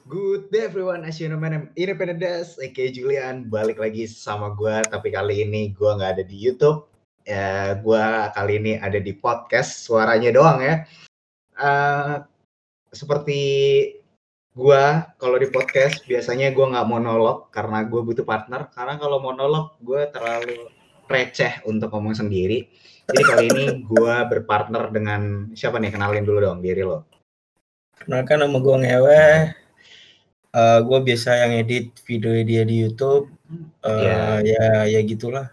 Good day everyone, as you know, my name Independent Dash, aka Julian. Balik lagi sama gue, tapi kali ini gue nggak ada di YouTube. Gue kali ini ada di podcast, suaranya doang ya. Seperti gue, kalau di podcast biasanya gue nggak monolog karena gue butuh partner. Karena kalau monolog gue terlalu receh untuk ngomong sendiri. Jadi kali ini gue berpartner dengan siapa nih? Kenalin dulu dong diri lo. Kenalkan, nama gue Ngeweh. Gue biasa yang edit video dia di YouTube. Ya gitulah.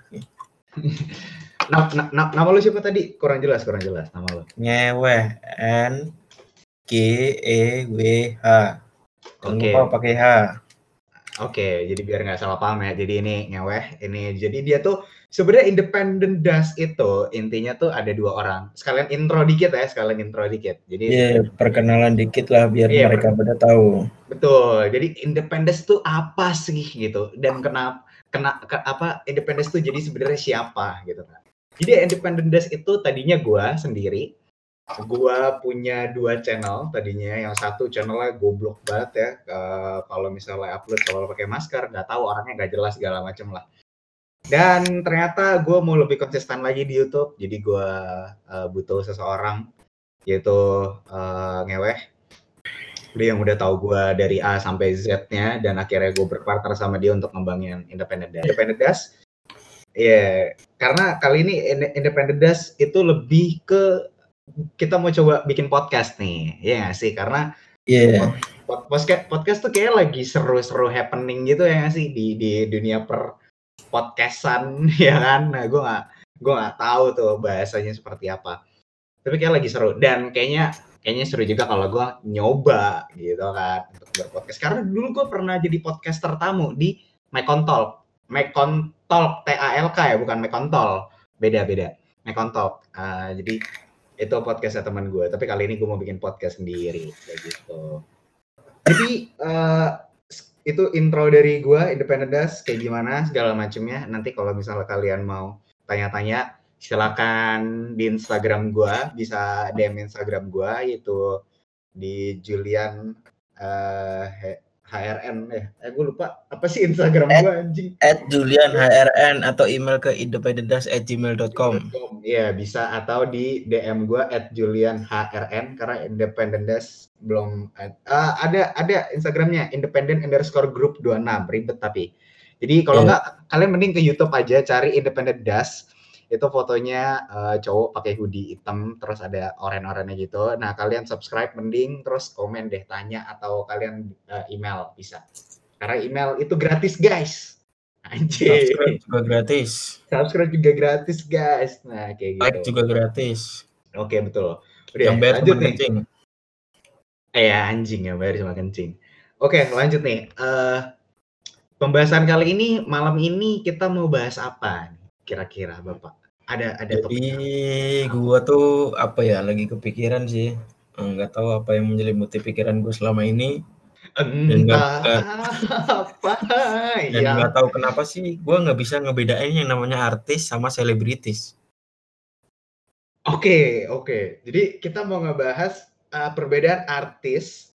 Nama lo siapa tadi? Kurang jelas nama lo. Ngeweh, N-G-E-W-H. Jangan lupa pakai H. Oke, jadi biar nggak salah paham ya. Jadi ini Ngeweh, jadi dia tuh sebenarnya Independent Dash itu intinya tuh ada dua orang. Sekalian intro dikit. Jadi perkenalan dikit lah biar mereka pada tahu. Betul. Jadi Independence tuh apa sih gitu, dan apa Independence tuh jadi sebenarnya siapa gitu kan. Jadi Independent Dash itu tadinya gua sendiri. Gua punya 2 channel tadinya. Yang satu channelnya goblok banget ya, kalau misalnya upload kalau pakai masker, nggak tahu orangnya nggak jelas segala macem lah. Dan ternyata gue mau lebih konsisten lagi di YouTube, jadi gue butuh seseorang, yaitu Ngeweh. Dia yang udah tahu gue dari A sampai Z-nya, dan akhirnya gue berpartner sama dia untuk ngembangin Independent Dash. Iya, karena kali ini Independent Dash itu lebih ke kita mau coba bikin podcast nih, ya nggak sih? Karena podcast tuh kayak lagi seru-seru happening gitu ya nggak sih di dunia podcastan, ya kan? Nah, gue nggak tahu tuh bahasanya seperti apa. Tapi kayak lagi seru, dan kayaknya seru juga kalau gue nyoba gitu kan untuk berpodcast. Karena dulu gue pernah jadi podcaster tamu di Mekontol TALK ya, bukan Mekontol, beda Mekontol. Jadi itu podcastnya teman gue, tapi kali ini gue mau bikin podcast sendiri kayak gitu. Jadi itu intro dari gue, Independent Dash kayak gimana segala macamnya. Nanti kalau misalnya kalian mau tanya-tanya, silakan di Instagram gue, bisa DM Instagram gue, yaitu di Julian HRN gue lupa apa sih Instagram gue anjing. @julianhrn atau email ke independentdash@gmail.com. Iya bisa, atau di DM gue @julianhrn, karena Independent Dash belum ada Instagramnya independent_group 26, ribet tapi. Jadi kalau nggak, kalian mending ke YouTube aja, cari Independent Dash. Itu fotonya cowok pakai hoodie hitam, terus ada oren-orennya gitu. Nah, kalian subscribe mending, terus komen deh, tanya, atau kalian email bisa. Karena email itu gratis, guys. Anjir. Subscribe juga gratis, guys. Nah, kayak gitu. Like juga gratis. Oke, betul. Udah, yang bayar lanjut cuma nih. Kencing. Anjing yang bayar cuma kencing. Oke, lanjut nih. Pembahasan kali ini, malam ini kita mau bahas apa kira-kira, Bapak? Ada Jadi gua tuh lagi kepikiran sih, nggak tahu apa yang menyelimuti pikiran gue selama ini. Dan nggak tahu kenapa sih gue nggak bisa ngebedain yang namanya artis sama selebritis. Oke. Jadi kita mau ngebahas perbedaan artis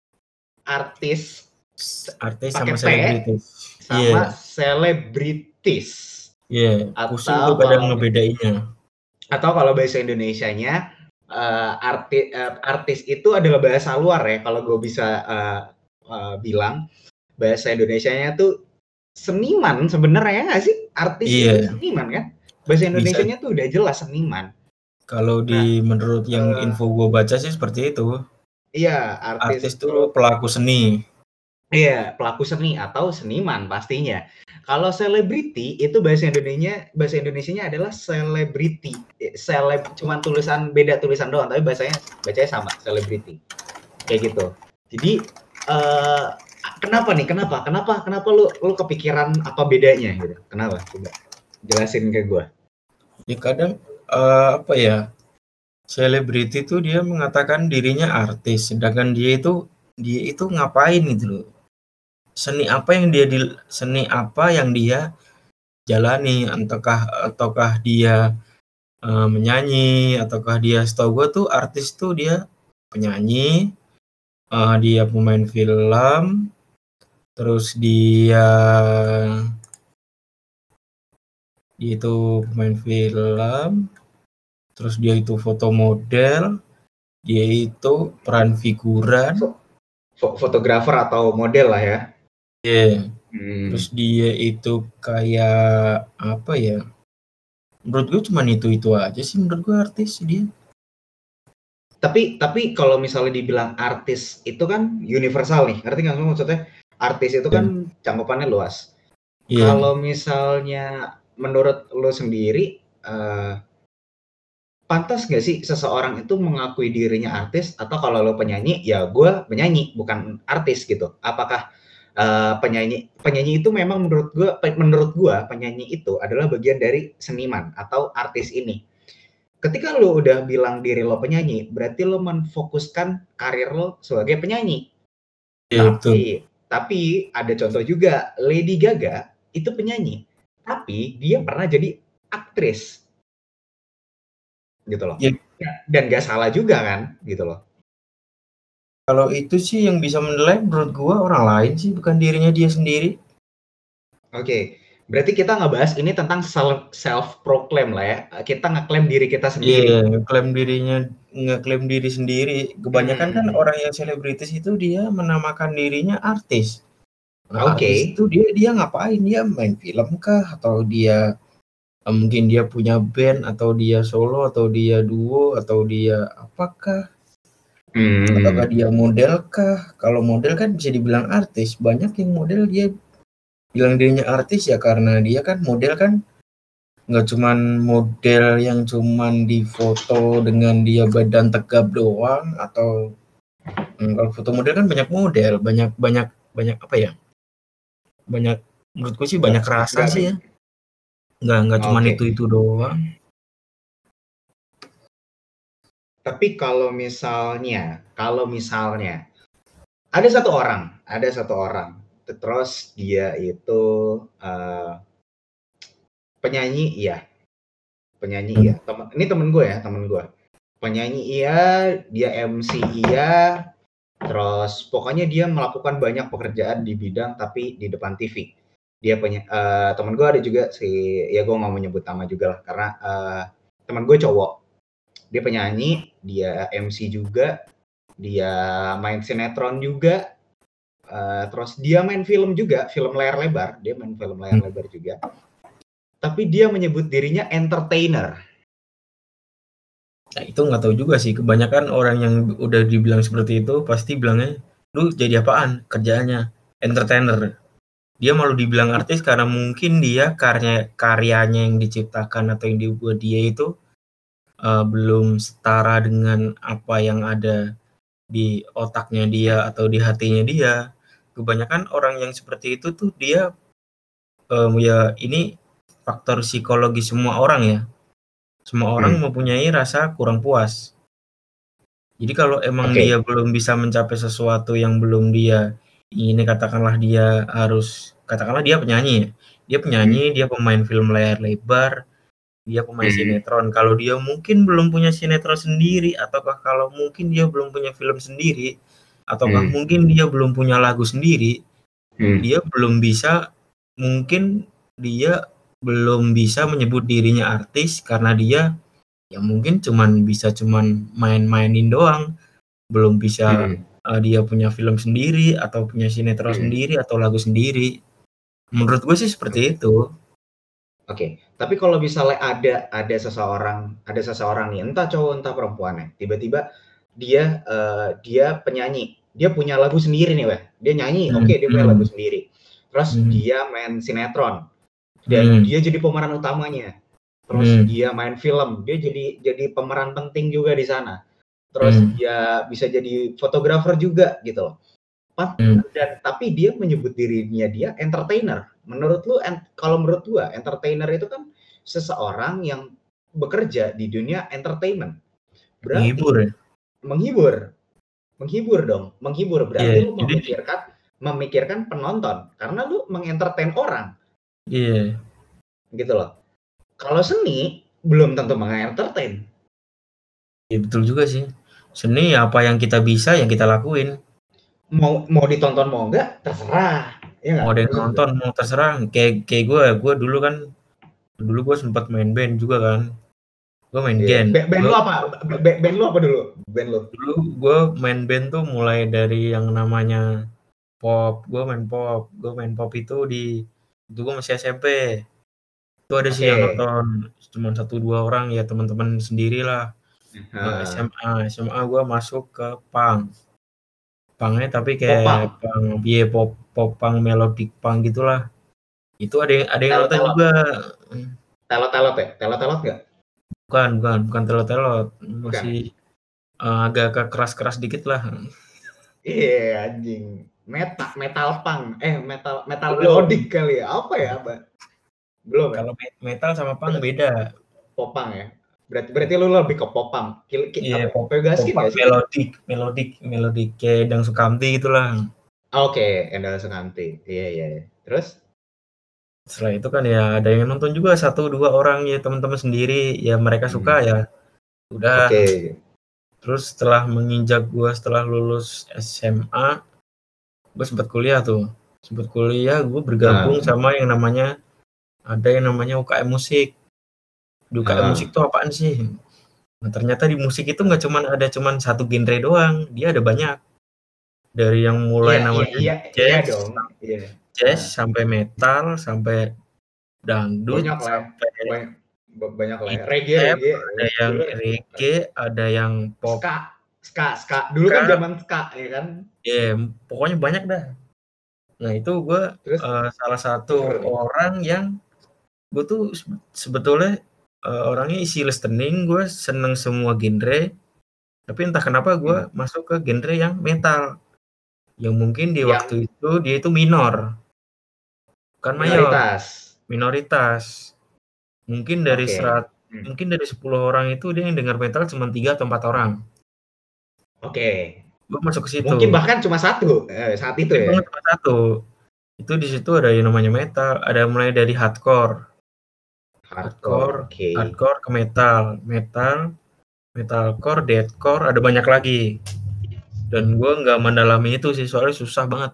sama selebritis. Sama selebritis. Iya, pusing tuh kadang ngebedainnya. Atau kalau bahasa Indonesianya, artis itu adalah bahasa luar ya. Kalau gue bisa bilang, bahasa Indonesianya tuh seniman sebenarnya, nggak sih? Artis itu seniman kan? Bahasa Indonesianya tuh udah jelas seniman. Kalau menurut yang info gue baca sih seperti itu. Iya, artis tuh pelaku seni. Iya, pelaku seni atau seniman pastinya. Kalau selebriti itu bahasa Indonesianya adalah selebriti. Cuman beda tulisan doang, tapi bacanya sama, selebriti. Kayak gitu. Jadi kenapa lu kepikiran apa bedanya gitu? Kenapa? Coba jelasin ke gue. Ya kadang selebriti tuh dia mengatakan dirinya artis, sedangkan dia itu ngapain gitu loh. Seni apa yang dia jalani, ataukah dia menyanyi, ataukah dia, setahu gue tuh artis tuh dia penyanyi, dia pemain film, terus dia itu pemain film, terus dia itu foto model, dia itu peran figuran, Fotografer atau model lah ya. yeah. Hmm. Terus dia itu kayak apa ya? Menurut gue cuman itu aja sih menurut gue artis dia. Tapi kalau misalnya dibilang artis itu kan universal nih, ngerti nggak maksudnya? Artis itu kan cangkupannya luas. Yeah. Kalau misalnya menurut lo sendiri, pantas nggak sih seseorang itu mengakui dirinya artis, atau kalau lo penyanyi, ya gue penyanyi bukan artis gitu? Apakah penyanyi itu memang menurut gue penyanyi itu adalah bagian dari seniman atau artis ini? Ketika lo udah bilang diri lo penyanyi, berarti lo menfokuskan karir lo sebagai penyanyi. Yeah, Tapi ada contoh juga, Lady Gaga itu penyanyi, tapi dia pernah jadi aktris. Gitu loh. Yeah. Dan gak salah juga kan, gitu loh. Kalau itu sih yang bisa menilai menurut gua orang lain sih, bukan dirinya dia sendiri. Oke, berarti kita ngebahas ini tentang self proclaim lah ya. Kita ngeklaim diri kita sendiri. Iya, ngeklaim diri sendiri. Kebanyakan kan orang yang selebritis itu dia menamakan dirinya artis. Artis itu dia ngapain? Dia main film kah? Atau dia mungkin dia punya band, atau dia solo, atau dia duo, atau dia apakah? Apakah dia model kah? Kalau model kan bisa dibilang artis. Banyak yang model dia bilang dirinya artis ya karena dia kan model kan nggak cuman model yang cuman di foto dengan dia badan tegap doang, atau kalau foto model kan banyak model, banyak apa ya? Banyak, menurutku sih banyak rasa sih ya. Nggak cuman itu doang. Tapi kalau misalnya ada satu orang terus dia itu penyanyi iya. Ini temen gue. Penyanyi iya, dia MC iya, terus pokoknya dia melakukan banyak pekerjaan di bidang tapi di depan TV. Dia temen gue ada juga ya gue nggak mau nyebut nama juga lah karena temen gue cowok. Dia penyanyi, dia MC juga, dia main sinetron juga, terus dia main film juga, film layar lebar juga. Tapi dia menyebut dirinya entertainer. Nah, itu nggak tahu juga sih. Kebanyakan orang yang udah dibilang seperti itu pasti bilangnya, lu jadi apaan? Kerjaannya entertainer. Dia malu dibilang artis karena mungkin dia karyanya yang diciptakan atau yang dibuat dia itu belum setara dengan apa yang ada di otaknya dia atau di hatinya dia. Kebanyakan orang yang seperti itu tuh dia ya ini faktor psikologi semua orang ya. Semua orang mempunyai rasa kurang puas. Jadi kalau emang dia belum bisa mencapai sesuatu yang belum dia ini, katakanlah dia penyanyi ya. Dia penyanyi, dia pemain film layar lebar, dia pemain sinetron. Kalau dia mungkin belum punya sinetron sendiri, ataukah kalau mungkin dia belum punya film sendiri, ataukah mungkin dia belum punya lagu sendiri, dia belum bisa menyebut dirinya artis karena dia ya mungkin bisa main-mainin doang, belum bisa dia punya film sendiri atau punya sinetron sendiri atau lagu sendiri. Menurut gue sih seperti itu. Oke, tapi kalau misalnya ada seseorang nih, entah cowok entah perempuan ya, tiba-tiba dia penyanyi, dia punya lagu sendiri nih, weh. Dia nyanyi, dia punya lagu sendiri. Terus dia main sinetron dan dia jadi pemeran utamanya. Terus dia main film, dia jadi pemeran penting juga di sana. Terus dia bisa jadi fotografer juga gitu loh. Tapi dia menyebut dirinya dia entertainer. Kalau menurut gua entertainer itu kan seseorang yang bekerja di dunia entertainment. Berarti menghibur dong. Berarti lu memikirkan penonton karena lu mengentertain orang. Iya. Gitu loh. Kalau seni belum tentu mengentertain. Ya betul juga sih. Seni apa yang kita bisa yang kita lakuin. Mau ditonton mau enggak terserah. Iya nggak? mau ada yang Maksud gue. nonton mau terserah, kayak gue dulu kan, dulu gue sempat main band juga kan, gue main Iya. band. Band lu apa? Band lu apa dulu? Band lu. Dulu gue main band tuh mulai dari yang namanya pop, gue main pop itu gue masih SMP. Itu ada sih yang Oke. nonton cuma 1-2 orang ya, teman-teman sendiri lah. Nah, SMA gue masuk ke punknya tapi kayak popang, punk, pop pop punk, melodic punk gitulah. Itu ada yang nonton telot-telot, juga. telot-telot ya? Telot-telot nggak? Bukan telot-telot, Bukan. masih agak keras-keras dikit lah. Iya, anjing. Metal punk. Metal Belum. melodik kali ya. Apa ya, Mbak? Belum ya? Kalau metal sama punk Berarti beda. popang ya. Berarti lu lebih ke popang. Iya, Apa? Pegaskin pop nggak sih? melodik kayak Dang Sukamti gitulah. Oke, Endal Sukamti. Iya, iya, iya. Terus? Setelah itu kan ya ada yang nonton juga 1-2 orang ya, teman-teman sendiri ya, mereka suka Hmm. ya udah. Oke. Terus setelah lulus SMA, gue sempat kuliah gue bergabung Nah, sama yang namanya UKM musik. Di UKM musik nah. tuh apaan sih? Nah, ternyata di musik itu nggak cuman satu genre doang, dia ada banyak. Dari yang mulai Iya, iya, namanya iya, iya jazz, dong. Iya. jazz Nah, sampai metal, sampai dangdut, banyak lah ya. sampai Banyak, banyak lah ya. hip Reggae, hop, reggae. ada yang Dulu reggae, ada yang pop ska, ska. Dulu kan ska, zaman ska ya kan. pokoknya banyak dah. Nah itu gue Terus salah itu satu seru nih. orang yang gue tuh sebetulnya orangnya isi listening, gue seneng semua genre, tapi entah kenapa gue Hmm. masuk ke genre yang metal, yang mungkin di waktu Yang itu dia itu minor, bukan mayor, minoritas. minoritas. Mungkin dari Oke. Hmm. 10 orang itu dia yang dengar metal cuma 3 atau 4 orang. Oke. Gue masuk ke situ. Mungkin bahkan cuma satu saat itu Mungkin ya. banget cuma satu. Itu di situ ada yang namanya metal, ada mulai dari hardcore, Hardcore. Oke. hardcore ke metalcore, deathcore, ada banyak lagi. Dan gue nggak mendalami itu sih, soalnya susah banget.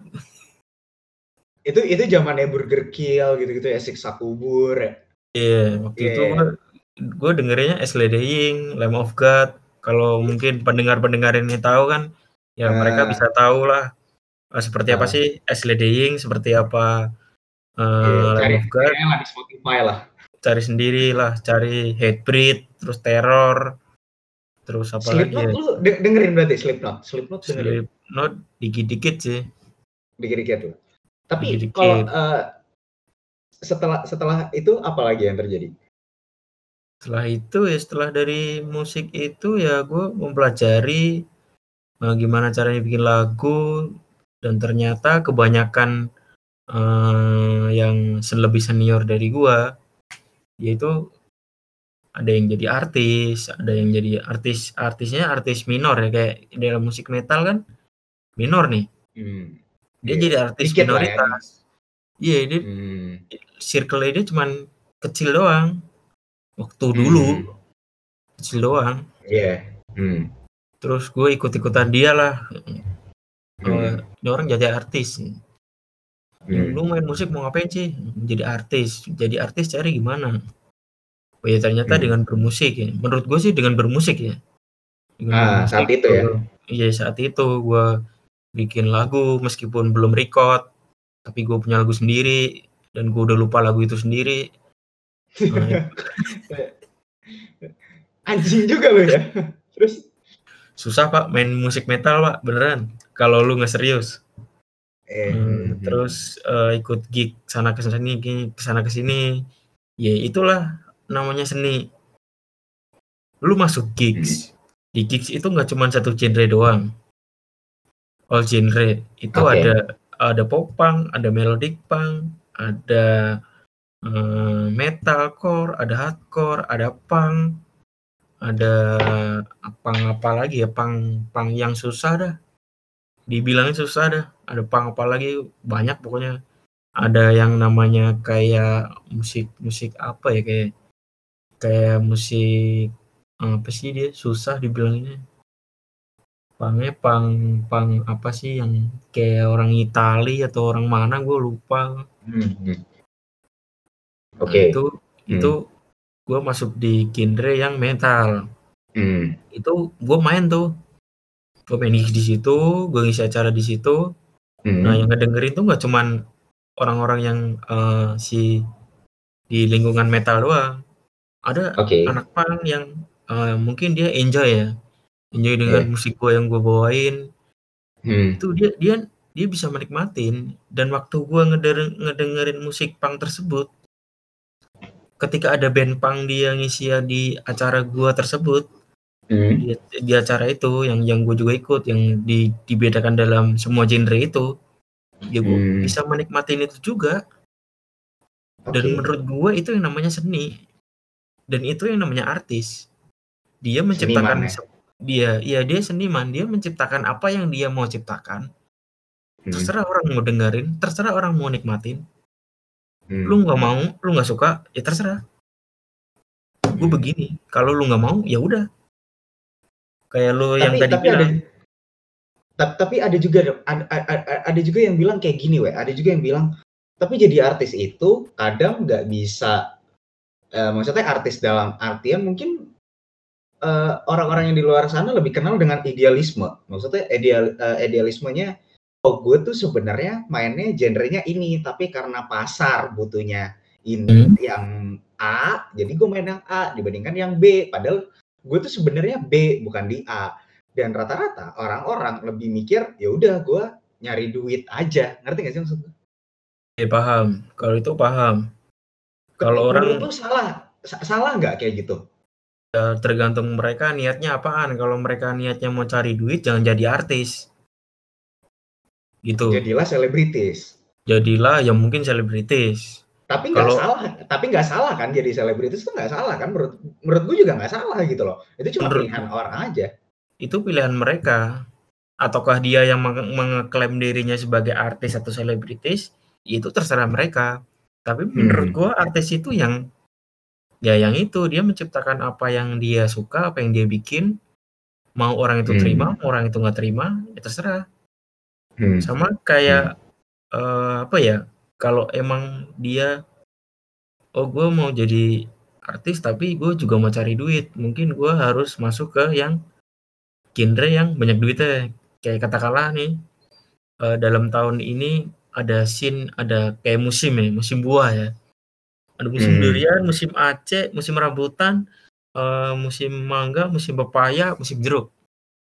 Itu zamannya Burger Kill gitu-gitu ya, siksa kubur ya. Waktu itu Iya. gue dengerinnya Slaying, Lamb of God. Kalau mungkin pendengar-pendengar ini tahu kan, ya mereka Nah, bisa tahu lah seperti apa nah, sih Slaying, seperti apa iya. Lamb Cari of God. lah di Spotify lah. Cari sendiri lah, cari Hatebreed, terus Terror, terus apa lagi Slipknot ya? lu dengerin berarti Slipknot dengerin. Slipknot dikit-dikit sih, Dikit-dikit tuh. Tapi kalau dikit-dikit. setelah itu apa lagi yang terjadi? Setelah dari musik itu ya gue mempelajari gimana caranya bikin lagu, dan ternyata kebanyakan yang lebih senior dari gue, yaitu ada yang jadi artis, ada yang jadi artisnya artis minor ya, kayak dalam musik metal kan minor nih. Hmm. Dia Iya. jadi artis Dikit lah ya. minoritas. Iya, dia Hmm. circle dia cuman kecil doang. Waktu dulu Hmm. kecil doang. Iya. Hmm. Terus gue ikut-ikutan dia lah. Hmm. Ini orang jadi artis. Lu Hmm. main musik mau ngapain sih? Jadi artis. Jadi artis cari gimana? Oh ya ternyata Hmm. dengan bermusik ya. Menurut gue sih dengan bermusik ya. Dengan bermusik Saat itu ya. Iya, saat itu gue bikin lagu meskipun belum record, tapi gue punya lagu sendiri dan gue udah lupa lagu itu sendiri. Anjing juga lu ya. Terus Susah pak main musik metal pak, beneran kalau lu nggak serius. Terus ikut gig sana ke sini, ya itulah namanya seni. Lu masuk gigs, di gigs itu nggak cuma satu genre doang, all genre itu. Oke. Ada pop punk, ada melodic punk, ada metalcore, ada hardcore, ada punk, ada apa lagi ya, punk yang susah dah, dibilangin susah dah. Ada punk apa lagi, banyak pokoknya. Ada yang namanya kayak musik apa ya, kayak musik apa sih, dia susah dibilanginnya. Pangnya pang apa sih yang kayak orang Itali atau orang mana gue lupa. Nah Oke. itu gue masuk di genre yang metal. Itu gue main tuh, gue main di situ, gue ngisi acara di situ. Nah yang ngedengerin tuh nggak cuman orang-orang yang si di lingkungan metal doang. Ada anak punk yang mungkin dia enjoy dengan musik gue yang gue bawain. Itu dia bisa menikmatin, dan waktu gue ngedengerin musik punk tersebut, ketika ada band punk dia ngisi di acara gue tersebut, di acara itu yang gue juga ikut, yang dibedakan dalam semua genre itu, ya gue bisa menikmatin itu juga. Dan menurut gue itu yang namanya seni, dan itu yang namanya artis. Dia menciptakan dia seniman, dia menciptakan apa yang dia mau ciptakan. Terserah orang mau dengerin, terserah orang mau nikmatin. Lu nggak mau, lu nggak suka, ya terserah. Gue begini, kalau lu nggak mau, ya udah. Kayak lu yang tadi bilang. Tapi ada juga yang bilang kayak gini, ada juga yang bilang, tapi jadi artis itu kadang nggak bisa, maksudnya artis dalam artian mungkin orang-orang yang di luar sana lebih kenal dengan idealisme. Maksudnya idealismenya, gue tuh sebenarnya mainnya genrenya ini, tapi karena pasar butuhnya ini yang A, jadi gue main yang A dibandingkan yang B. Padahal gue tuh sebenarnya B, bukan di A. Dan rata-rata orang-orang lebih mikir, ya udah gue nyari duit aja. Ngerti gak sih maksud gue? Paham. Kalau itu paham. Kalau orang, menurut lu salah nggak kayak gitu? Ya, tergantung mereka niatnya apaan. Kalau mereka niatnya mau cari duit, jangan jadi artis. Gitu. Jadilah selebritis. Jadilah ya mungkin selebritis. Tapi nggak salah kan, jadi selebritis itu nggak salah kan, menurut gue juga nggak salah gitu loh. Itu cuma pilihan orang aja. Itu pilihan mereka. Ataukah dia yang mengeklaim dirinya sebagai artis atau selebritis, itu terserah mereka. Tapi menurut gue artis itu yang itu dia menciptakan apa yang dia suka, apa yang dia bikin. Mau orang itu terima, mau orang itu nggak terima, ya terserah. Sama kayak kalau emang dia, gue mau jadi artis tapi gue juga mau cari duit, mungkin gue harus masuk ke yang genre yang banyak duitnya. Kayak katakanlah nih, dalam tahun ini ada kayak musim buah ya. Ada musim durian, musim Aceh, musim rambutan, musim mangga, musim pepaya, musim jeruk.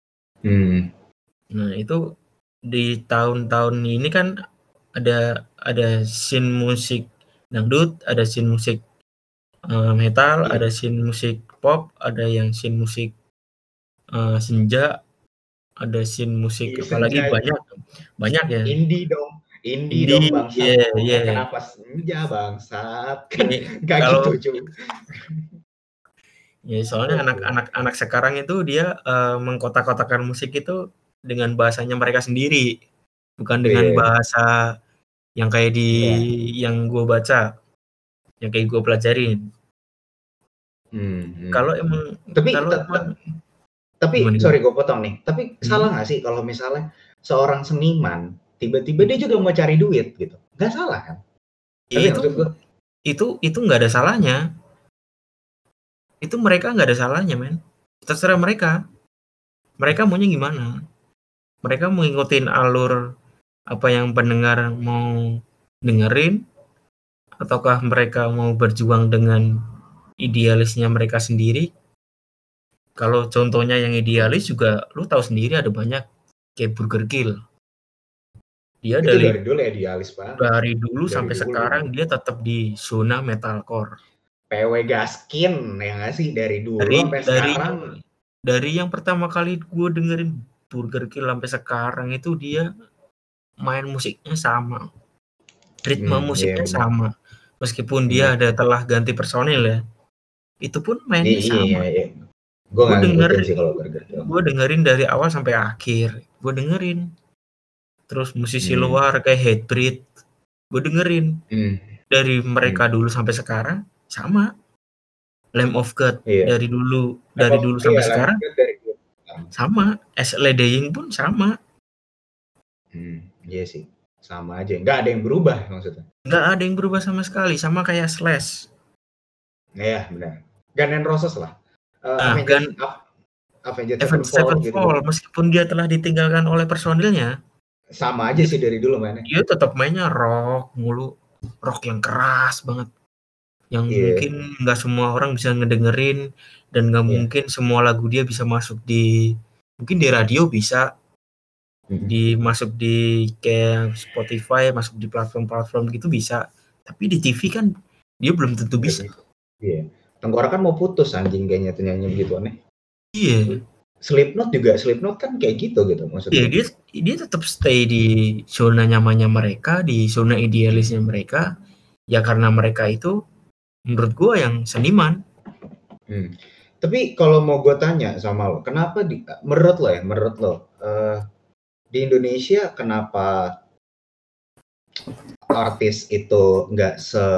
Nah itu di tahun-tahun ini kan ada scene musik dangdut, ada scene musik metal, ada scene musik pop, ada yang scene musik senja, ada scene musik apalagi banyak ya. Indie dong bangsat. Kenapa senja bangsat? Kan nggak gitu cuy. Ya soalnya anak sekarang itu dia mengkotak-kotakan musik itu dengan bahasanya mereka sendiri, bukan dengan bahasa yang kayak yang gue baca, yang kayak gue pelajarin. Kalau emang tapi sorry gue potong nih, tapi salah nggak sih kalau misalnya seorang seniman tiba-tiba dia juga mau cari duit gitu? Nggak salah kan? Itu nggak ada salahnya. Itu mereka nggak ada salahnya, men. Terserah mereka. Mereka maunya gimana? Mereka mau ngikutin alur apa yang pendengar mau dengerin, ataukah mereka mau berjuang dengan idealisnya mereka sendiri? Kalau contohnya yang idealis juga, lu tahu sendiri ada banyak kayak Burger Kill. Dia dari dulu idealis banget. Dari dulu sampai sekarang dia tetap di zona metalcore. PW Gaskin ya nggak sih, dari dulu sampai sekarang. Dari yang pertama kali gue dengerin Burger Kill sampai sekarang itu dia main musiknya sama, ritme musiknya sama, meskipun dia telah ganti personil ya, itu pun mainnya sama. Gue dengerin dari awal sampai akhir, gue dengerin. Terus musisi luar kayak Hatebreed, gue dengerin. Dari mereka dulu sampai sekarang sama. Lamb of God dari dulu sampai sekarang sama. SLDing pun sama. Iya sih, sama aja. Nggak ada yang berubah maksudnya. Nggak ada yang berubah sama sekali, sama kayak Slash. Iya, benar. Guns N' Roses lah. Avenged Avenged Sevenfold gitu. Sevenfold, meskipun dia telah ditinggalkan oleh personilnya, Sama aja sih dari dulu mainnya. dia tetap mainnya rock mulu, rock yang keras banget, yang mungkin nggak semua orang bisa ngedengerin, dan nggak mungkin semua lagu dia bisa masuk mungkin di radio bisa, masuk di kayak Spotify, masuk di platform-platform gitu bisa, tapi di TV kan dia belum tentu bisa. Iya. Tenggorokan mau putus anjing kayaknya tuh nyanyi begitu aneh. Iya. Slipknot kan kayak gitu maksudnya. Iya, dia tetap stay di zona nyamannya mereka, di zona idealisnya mereka, ya karena mereka itu menurut gua yang seniman. Tapi kalau mau gue tanya sama lo, kenapa menurut lo di Indonesia kenapa artis itu nggak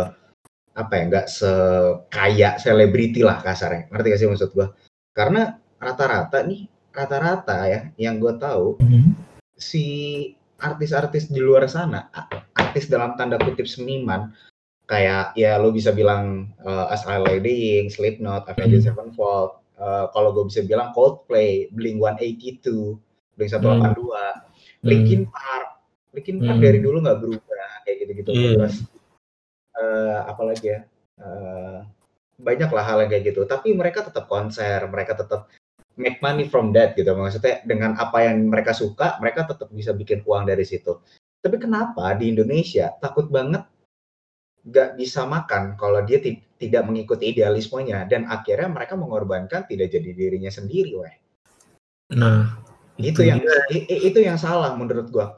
sekaya selebriti lah kasarnya, ngerti gak sih maksud gue? Karena rata-rata ya yang gue tahu si artis-artis di luar sana, artis dalam tanda kutip seniman, kayak ya lo bisa bilang SLDing, Slipknot, Avenged Sevenfold, kalau gue bisa bilang Coldplay, Blink-182, Blink-182, Linkin Park dari dulu nggak berubah kayak gitu-gitu. Terus apalagi ya, banyak lah hal yang kayak gitu. Tapi mereka tetap konser, mereka tetap make money from that gitu. Maksudnya dengan apa yang mereka suka, mereka tetap bisa bikin uang dari situ. Tapi kenapa di Indonesia takut banget nggak bisa makan kalau dia tidak mengikuti idealismenya, dan akhirnya mereka mengorbankan tidak jadi dirinya sendiri, weh. Nah, itu yang salah menurut gua.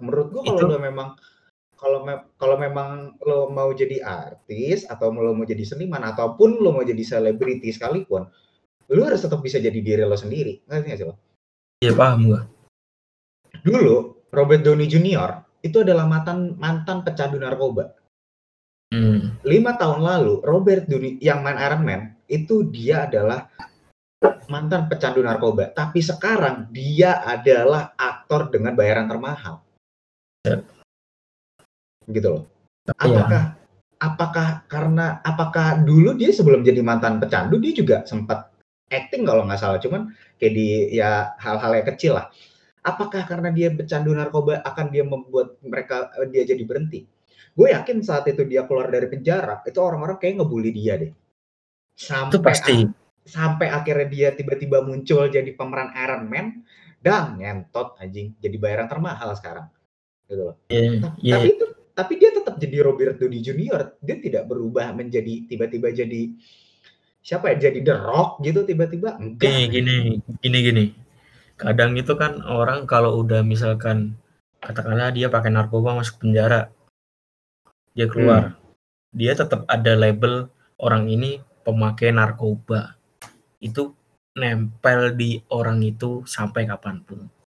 Kalau memang lo mau jadi artis atau lo mau jadi seniman ataupun lo mau jadi selebriti sekalipun, lo harus tetap bisa jadi diri lo sendiri. Ngerti nggak sih lo? Iya, paham gua. Dulu Robert Downey Jr. itu adalah mantan pecandu narkoba. 5 tahun lalu Robert Downey yang main Iron Man itu dia adalah mantan pecandu narkoba, tapi sekarang dia adalah aktor dengan bayaran termahal. Gitu loh. Apakah dulu dia sebelum jadi mantan pecandu dia juga sempat acting kalau nggak salah, cuman kayak di ya hal-hal yang kecil lah. Apakah karena dia pecandu narkoba akan dia membuat dia jadi berhenti? Gue yakin saat itu dia keluar dari penjara, itu orang-orang kayak ngebully dia deh. Sampai akhirnya dia tiba-tiba muncul jadi pemeran Iron Man dan ngentot anjing jadi bayaran termahal sekarang. Gitu loh. Tapi dia tetap jadi Robert Downey Jr. Dia tidak berubah menjadi tiba-tiba jadi siapa ya? Jadi The Rock gitu tiba-tiba. Enggak. Gini. Kadang itu kan orang kalau udah misalkan katakanlah dia pakai narkoba masuk penjara, dia keluar, dia tetap ada label orang ini pemakai narkoba, itu nempel di orang itu sampai kapanpun.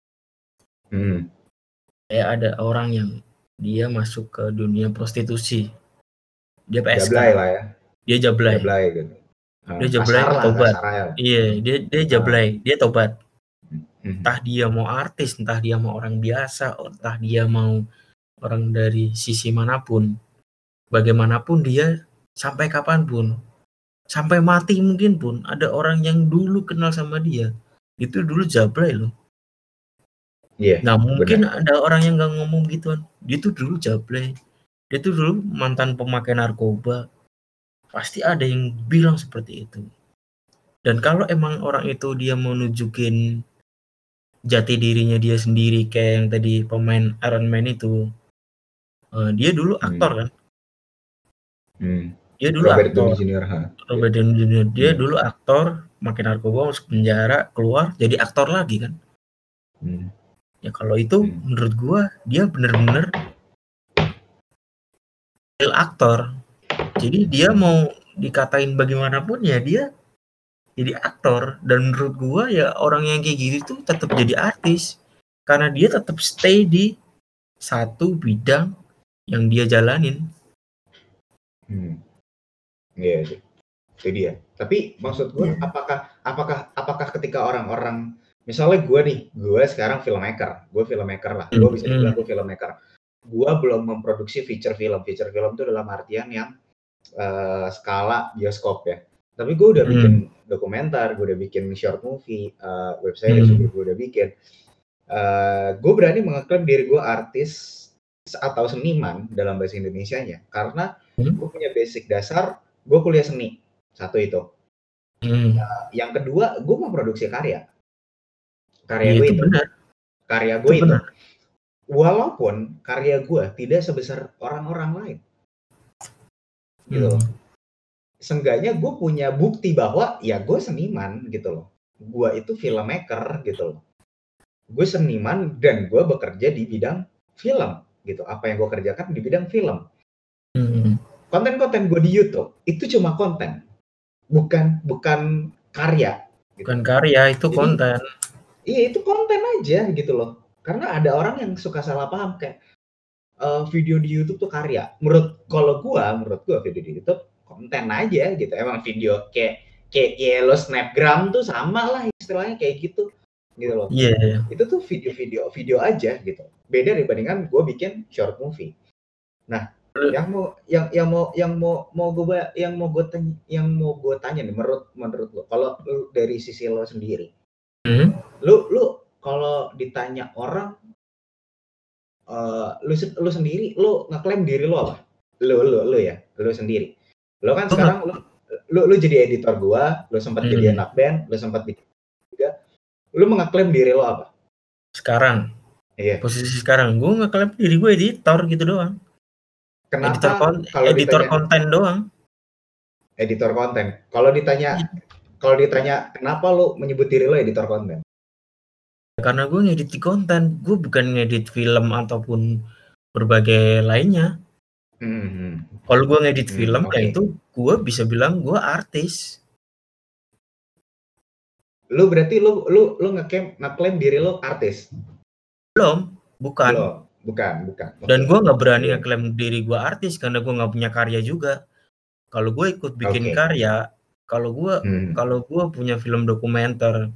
Kayak ada orang yang dia masuk ke dunia prostitusi, dia PSK, jablay lah ya, dia jablay gitu. Dia jablay tobat. Iya, dia jablay, dia tobat. Entah dia mau artis, entah dia mau orang biasa, entah dia mau orang dari sisi manapun, bagaimanapun dia sampai kapanpun, sampai mati mungkin pun ada orang yang dulu kenal sama dia itu dulu jablay loh. Nggak mungkin ada orang yang nggak ngomong gituan. Dia tuh dulu jablay, dia tuh dulu mantan pemakai narkoba, pasti ada yang bilang seperti itu. Dan kalau emang orang itu dia mau nunjukin jati dirinya dia sendiri kayak yang tadi pemain Iron Man itu, dia dulu aktor kan, dia dulu Robert aktor Downey Jr. Dia dulu aktor, makin narkoba masuk penjara, keluar jadi aktor lagi kan. Ya kalau itu menurut gua dia bener-bener real aktor, jadi dia mau dikatain bagaimanapun ya dia jadi aktor. Dan menurut gua ya orang yang kayak gitu tuh tetap jadi artis karena dia tetap stay di satu bidang yang dia jalanin. Iya sih, itu dia. Tapi maksud gua apakah ketika orang-orang misalnya gue sekarang filmmaker lah, gue bisa dibilang gue filmmaker. Gue belum memproduksi feature film itu dalam artian yang skala bioskop ya. Tapi gue udah bikin dokumenter, gue udah bikin short movie, web series juga gue udah bikin. Gue berani mengeklaim diri gue artis atau seniman dalam bahasa Indonesianya karena gue punya basic dasar, gue kuliah seni, satu itu. Yang kedua, gue memproduksi karya gue itu. Karya gue itu. Walaupun karya gue tidak sebesar orang-orang lain. Gitu loh. Seenggaknya gue punya bukti bahwa ya gue seniman gitu loh. Gue itu filmmaker gitu loh. Gue seniman dan gue bekerja di bidang film gitu. Apa yang gue kerjakan di bidang film. Konten-konten gue di YouTube itu cuma konten. Bukan karya. Gitu. Bukan karya, itu jadi, konten. Iya, itu konten aja gitu loh. Karena ada orang yang suka salah paham kayak video di YouTube tuh karya. Menurut gua video di YouTube konten aja gitu. Emang video kayak lo snapgram tuh sama lah istilahnya kayak gitu loh. Iya. Itu tuh video aja gitu. Beda dibandingkan gua bikin short movie. Nah, yang mau gue tanya nih menurut lo, kalau dari sisi lo sendiri, lu kalau ditanya orang, lu sendiri, lu ngeklaim diri lo apa? Lu sendiri. Lo kan sekarang lu jadi editor gua, lu sempat jadi anak band, lu sempat bikin juga. Lu mengeklaim diri lo apa? Sekarang. Iya. Posisi sekarang gua ngeklaim diri gue editor gitu doang. Kenapa editor konten doang. Editor konten. Kalau ditanya kenapa lu menyebut diri lo editor konten? Karena gue ngedit konten, gue bukan ngedit film ataupun berbagai lainnya. Kalau gue ngedit film, ya itu gue bisa bilang gue artis. Lu berarti lu ngeklaim diri lo artis? Belum, bukan. Bukan. Dan gue nggak berani ngeklaim diri gue artis karena gue nggak punya karya juga. Kalau gue ikut bikin karya, kalau gue punya film dokumenter,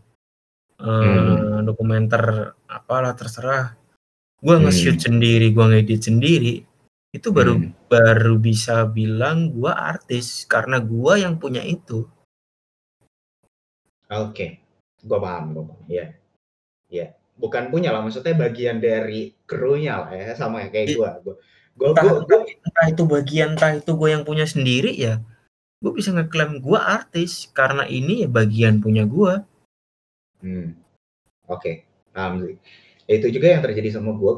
dokumenter apalah terserah, gue nge-shoot sendiri, gue ngedit sendiri, itu baru bisa bilang gue artis karena gue yang punya itu. Oke, gue paham, ya. Bukan punya lah, maksudnya bagian dari krunya lah ya, sama kayak gue. Entah itu bagian, entah itu gue yang punya sendiri ya, gue bisa ngeklaim gue artis karena ini ya bagian punya gue. Oke. Itu juga yang terjadi sama gue.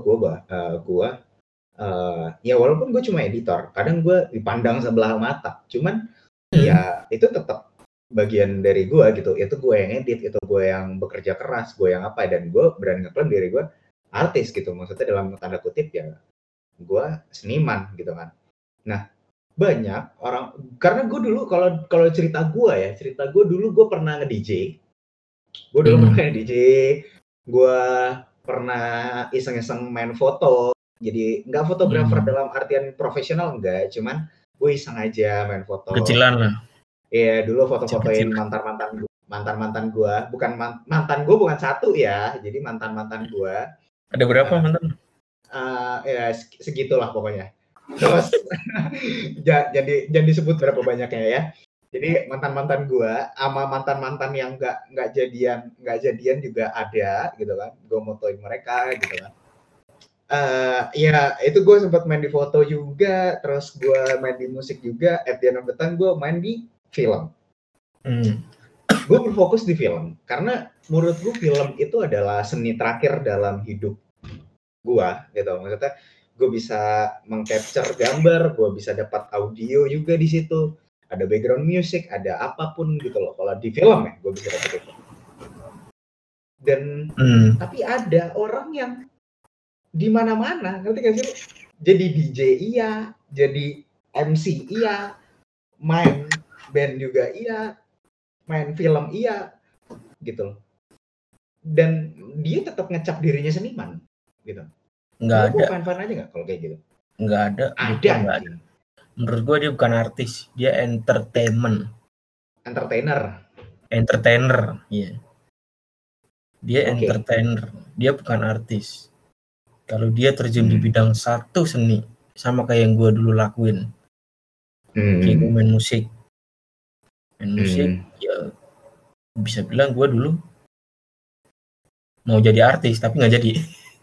Ya walaupun gue cuma editor, kadang gue dipandang sebelah mata. Cuman ya itu tetap bagian dari gue gitu. Itu gue yang edit, itu gue yang bekerja keras, gue yang apa, dan gue berani ngeklaim diri gue artis gitu. Maksudnya dalam tanda kutip ya gue seniman gitu kan. Nah, banyak orang, karena gue dulu kalau cerita gue dulu gue pernah nge-DJ. Gue dulu pernah nge-DJ, gue pernah iseng-iseng main foto. Jadi nggak fotografer dalam artian profesional, enggak, cuman gue iseng aja main foto. Kecilan lah. Iya, dulu foto-fotoin mantan-mantan gue. Bukan mantan gue bukan satu ya, jadi mantan-mantan gue. Ada berapa mantan? Ya segitulah pokoknya. Terus jangan disebut berapa banyaknya ya. Jadi mantan-mantan gue sama mantan-mantan yang nggak jadian juga ada gitu kan. Gue motoin mereka gitu kan. Ya itu gue sempat main di foto juga, terus gue main di musik juga. At the end of the time gue main di film. Gue berfokus di film karena menurut gue film itu adalah seni terakhir dalam hidup gue gitu. Maksudnya gue bisa mengcapture gambar, gue bisa dapat audio juga di situ, ada background music, ada apapun gitu loh. Kalau di film ya gue bisa dapat itu. Dan tapi ada orang yang di mana-mana, ngerti gak sih? Jadi DJ iya, jadi MC iya, main band juga iya, main film iya, gitu loh. Dan dia tetap ngecap dirinya seniman, gitu. Nggak ada. Fan-fan aja nggak kalau kayak gitu? Nggak ada. Ada. Menurut gue dia bukan artis, dia entertainer. Entertainer, iya. Dia Oke. entertainer, dia bukan artis. Kalau dia terjun di bidang satu seni, sama kayak yang gue dulu lakuin, kayak gue main musik, ya bisa bilang gue dulu mau jadi artis tapi nggak jadi.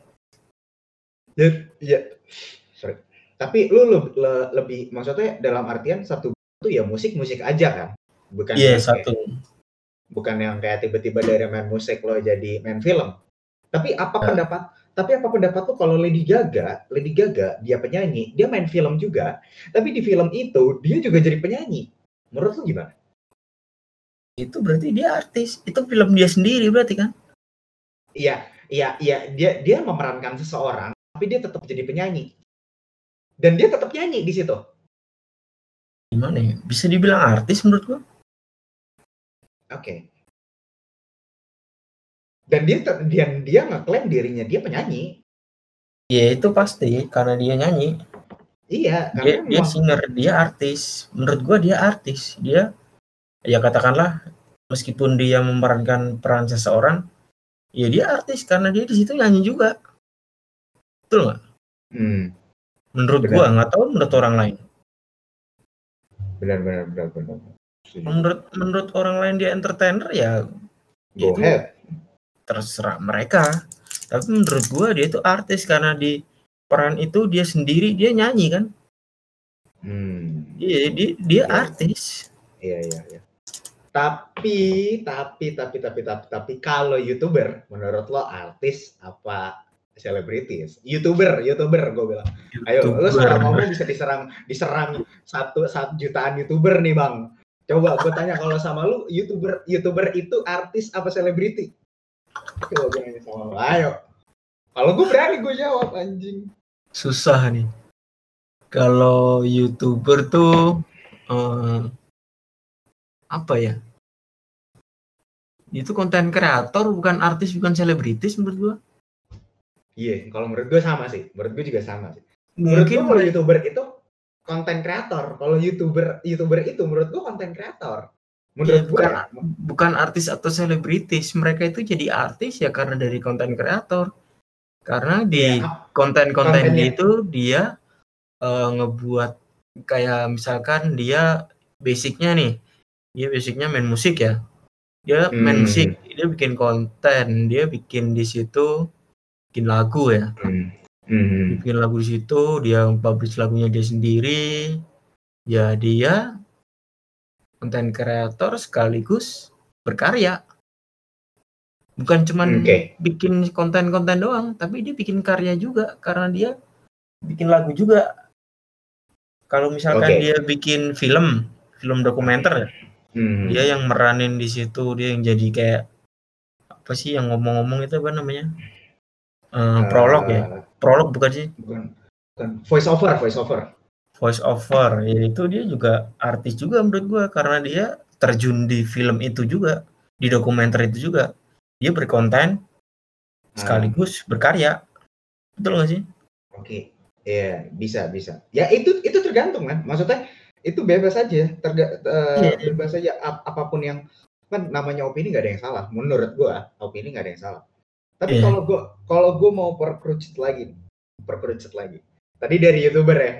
Ya, sorry. Tapi lu lebih, maksudnya dalam artian satu itu ya musik aja kan, bukan Iya, yang satu. bukan yang kayak tiba-tiba dari main musik lo jadi main film. Tapi apa pendapat lo kalau Lady Gaga dia penyanyi, dia main film juga, tapi di film itu dia juga jadi penyanyi. Menurut lo gimana? Itu berarti dia artis, itu film dia sendiri berarti kan? Iya, dia memerankan seseorang, tapi dia tetap jadi penyanyi. Dan dia tetap nyanyi di situ. Gimana ya? Bisa dibilang artis menurut gua. Oke. Dan dia ngeklaim dirinya dia penyanyi. Ya itu pasti karena dia nyanyi. Iya, Dia karena singer, dia artis. Menurut gua dia artis. Dia ya katakanlah meskipun dia memerankan peran seseorang, ya dia artis karena dia di situ nyanyi juga. Betul nggak? Menurut benar. gua, nggak tahu menurut orang lain. Benar. Menurut orang lain dia entertainer ya Go itu ahead. Terserah mereka. Tapi menurut gua dia itu artis karena di peran itu dia sendiri dia nyanyi kan. Iya, dia artis. Iya. Tapi kalau YouTuber, menurut lo artis apa selebritis? YouTuber gue bilang. Ayo, lo salah ngomong bisa diserang satu jutaan YouTuber nih bang. Coba gue tanya kalau sama lu, YouTuber itu artis apa selebriti? Coba gue nanya sama lo. Ayo. Kalau gue berani gue jawab anjing. Susah nih. Kalau YouTuber tuh apa ya? Itu konten kreator, bukan artis, bukan selebritis menurut gua. Iya, kalau menurut gue sama sih. Menurut gue juga sama sih. Mungkin kalau YouTuber itu konten kreator. Kalau YouTuber itu menurut gue konten kreator. Menurut gue bukan artis atau selebritis. Mereka itu jadi artis ya karena dari konten kreator. Karena di konten-konten itu dia ngebuat kayak misalkan dia basicnya main musik ya. Dia main musik, dia bikin konten, dia bikin di situ bikin lagu ya. Bikin lagu di situ, dia publish lagunya dia sendiri. Ya dia konten kreator sekaligus berkarya. Bukan cuman bikin konten-konten doang, tapi dia bikin karya juga karena dia bikin lagu juga. Kalau misalkan dia bikin film dokumenter, dia yang meranin di situ, dia yang jadi kayak apa sih yang ngomong-ngomong itu apa namanya? Prolog ya? Prolog bukan sih? Bukan. Voice over. Yaitu dia juga artis juga menurut gua karena dia terjun di film itu juga, di dokumenter itu juga. Dia berkonten sekaligus berkarya. Betul nggak sih? Oke. Iya, bisa. Ya itu tergantung kan. Maksudnya itu bebas aja, bebas aja apapun yang kan namanya opini nggak ada yang salah. Menurut gua opini nggak ada yang salah. Tapi kalau gua mau perkerucut lagi. Tadi dari YouTuber ya,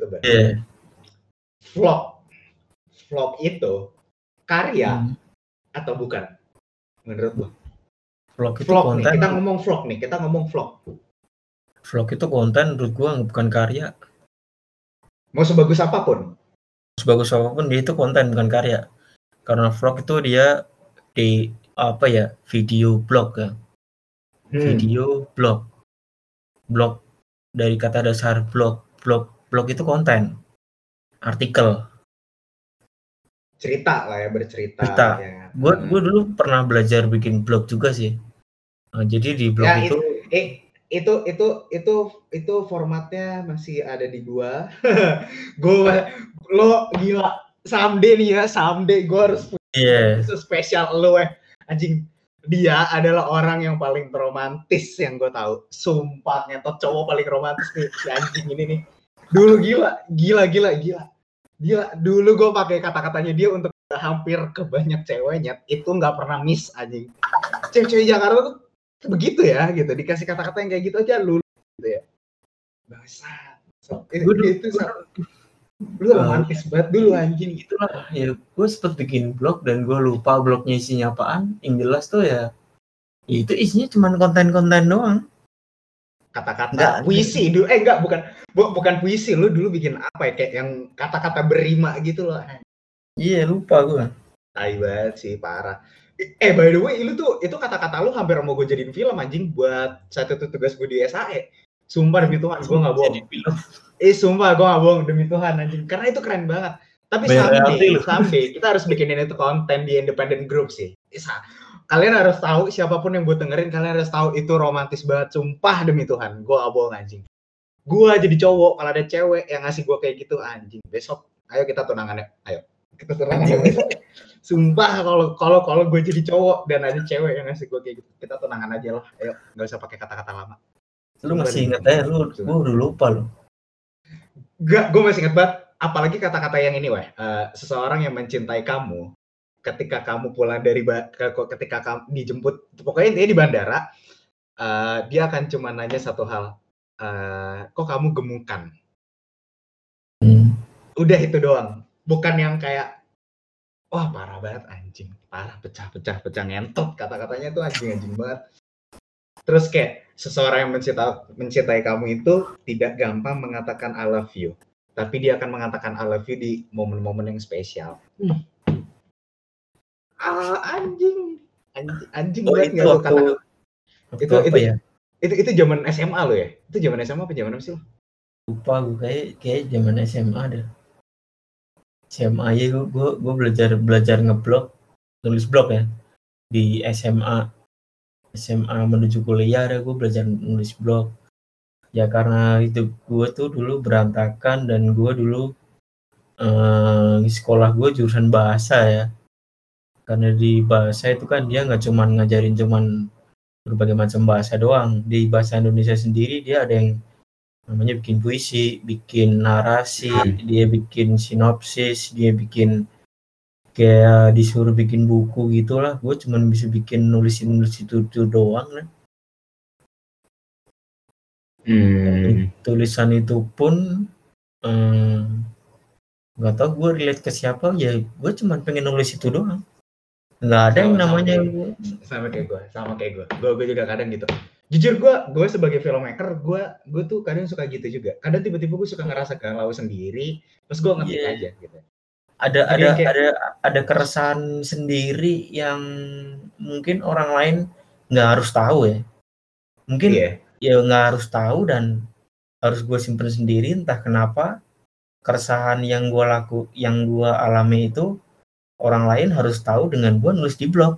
Vlog itu karya atau bukan? Menurut gua. Vlog itu konten. Nih, kita ngomong vlog. Vlog itu konten menurut gua bukan karya. Mau sebagus apapun dia itu konten bukan karya. Karena vlog itu dia di video blog ya. Video blog. Blog dari kata dasar blog itu konten. Artikel. Cerita lah ya, bercerita. Ya. Gue dulu pernah belajar bikin blog juga sih. Nah, jadi di blog itu formatnya masih ada di gua. Lo gila. Someday gua harus punya spesial lo anjing. Dia adalah orang yang paling romantis yang gue tahu. Sumpah ngetot cowok paling romantis nih si anjing ini nih. Dulu gila. Dulu gue pakai kata-katanya dia untuk hampir ke banyak ceweknya. Itu nggak pernah miss anjing. Cewek Jakarta tuh begitu ya gitu, dikasih kata-kata yang kayak gitu aja lu gitu ya. Bangsat. Lu romantis banget dulu anjing. Itulah ya, gue sempet bikin blog dan gue lupa blognya isinya apaan. Yang jelas tuh ya itu isinya cuma konten-konten doang. Kata-kata puisi dulu, enggak, bukan puisi. Lu dulu bikin apa ya, kayak yang kata-kata berima gitu loh. Iya, lupa gue. Tai banget sih, parah. By the way, lu tuh itu kata-kata lu hampir mau gue jadiin film anjing buat satu tugas gue di SAE. Sumpah demi Tuhan, gue nggak bohong. Sumpah gue nggak bohong demi Tuhan anjing, karena itu keren banget. Tapi someday kita harus bikinin itu konten di independent group sih. Kalian harus tahu, siapapun yang buat dengerin, kalian harus tahu itu romantis banget. Sumpah demi Tuhan, gue nggak bohong anjing. Gue jadi cowok, kalau ada cewek yang ngasih gue kayak gitu anjing, besok ayo kita tunangan ya, ayo kita tunangan besok. Sumpah kalau gue jadi cowok dan ada cewek yang ngasih gue kayak gitu, kita tunangan aja lah, ayo nggak usah pakai kata-kata lama. Lu masih inget aja, gue udah lupa lo. Gak, gue masih inget banget, apalagi kata-kata yang ini seseorang yang mencintai kamu ketika kamu pulang dari ketika kamu dijemput, pokoknya intinya di bandara, dia akan cuma nanya satu hal, kok kamu gemukan? Udah itu doang, bukan yang kayak wah parah banget anjing, parah pecah ngentot, kata-katanya tuh anjing banget. Terus kayak seseorang yang mencintai kamu itu tidak gampang mengatakan I love you, tapi dia akan mengatakan I love you di momen-momen yang spesial. Anjing banget nggak lo kata itu zaman SMA lo ya? Itu zaman SMA apa zaman apa sih lo? Lupa gue, kayak zaman SMA deh. SMA ya gue belajar ngeblog, nulis blog ya di SMA menuju kuliah ada gue belajar nulis blog ya, karena itu gue tuh dulu berantakan dan gue dulu di sekolah gue jurusan bahasa ya, karena di bahasa itu kan dia nggak cuman ngajarin berbagai macam bahasa doang. Di bahasa Indonesia sendiri dia ada yang namanya bikin puisi, bikin narasi, dia bikin sinopsis, dia bikin kayak disuruh bikin buku gitulah. Gue cuma bisa bikin nulis itu doang kan. Tulisan itu pun nggak tahu gue relate ke siapa ya, gue cuma pengen nulis itu doang, nggak ada yang namanya sama kayak gue juga kadang gitu. Jujur gue sebagai filmmaker, gue tuh kadang suka gitu juga. Kadang tiba-tiba gue suka ngerasa galau sendiri, terus gue ngetik aja gitu. Ada keresahan sendiri yang mungkin orang lain nggak harus tahu ya. Mungkin ya nggak harus tahu dan harus gue simpen sendiri, entah kenapa keresahan yang gue alami itu orang lain harus tahu dengan gue nulis di blog.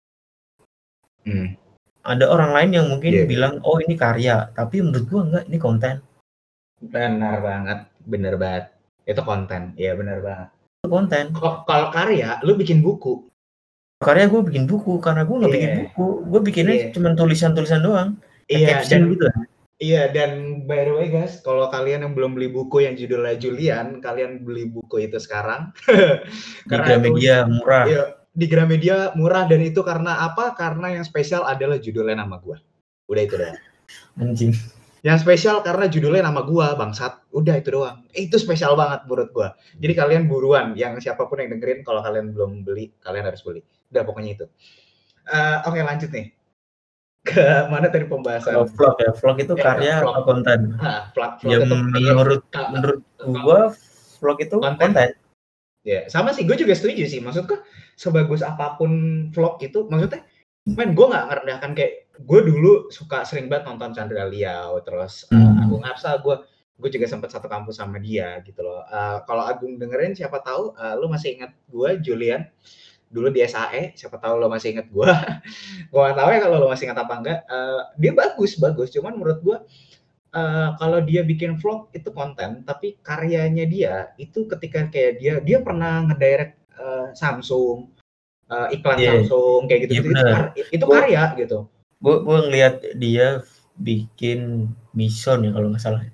Ada orang lain yang mungkin bilang oh ini karya, tapi menurut gue enggak, ini konten. Benar banget itu konten, ya benar banget itu konten. Kalau karya lu bikin buku, karya gue bikin buku, karena gue nggak bikin buku, gue bikinnya cuma tulisan doang. Caption gitu. Dan by the way guys, kalau kalian yang belum beli buku yang judulnya Julian, kalian beli buku itu sekarang. Di Gramedia murah. Iya, di Gramedia murah, dan itu karena apa? Karena yang spesial adalah judulnya nama gue. Udah itu doang. Anjing. Yang spesial karena judulnya nama gue, bangsat. Udah itu doang. Itu spesial banget menurut gue. Jadi kalian buruan, yang siapapun yang dengerin, kalau kalian belum beli, kalian harus beli. Udah pokoknya itu. Oke, lanjut nih. Ke mana tadi pembahasan? Vlog ya, vlog itu karya atau konten? Vlog ya, itu menurut gua vlog itu konten. Ya, sama sih, gue juga setuju sih. Maksudku sebagus apapun vlog itu, maksudnya, gue nggak ngerendahkan. Kayak gue dulu sering banget nonton Chandra Liao, terus Agung Hapsa, gue juga sempat satu kampus sama dia gitu loh. Kalau Agung dengerin, siapa tahu lu masih ingat gue, Julian, dulu di SAE, siapa tahu lo masih inget gue. Gue nggak tahu ya kalau lo masih ingat apa enggak. Dia bagus, cuman menurut gue kalau dia bikin vlog itu konten, tapi karyanya dia itu ketika kayak dia pernah ngedirect Samsung, iklan Samsung kayak gitu, itu karya gitu. Gue ngeliat dia bikin Mission ya kalau nggak salah.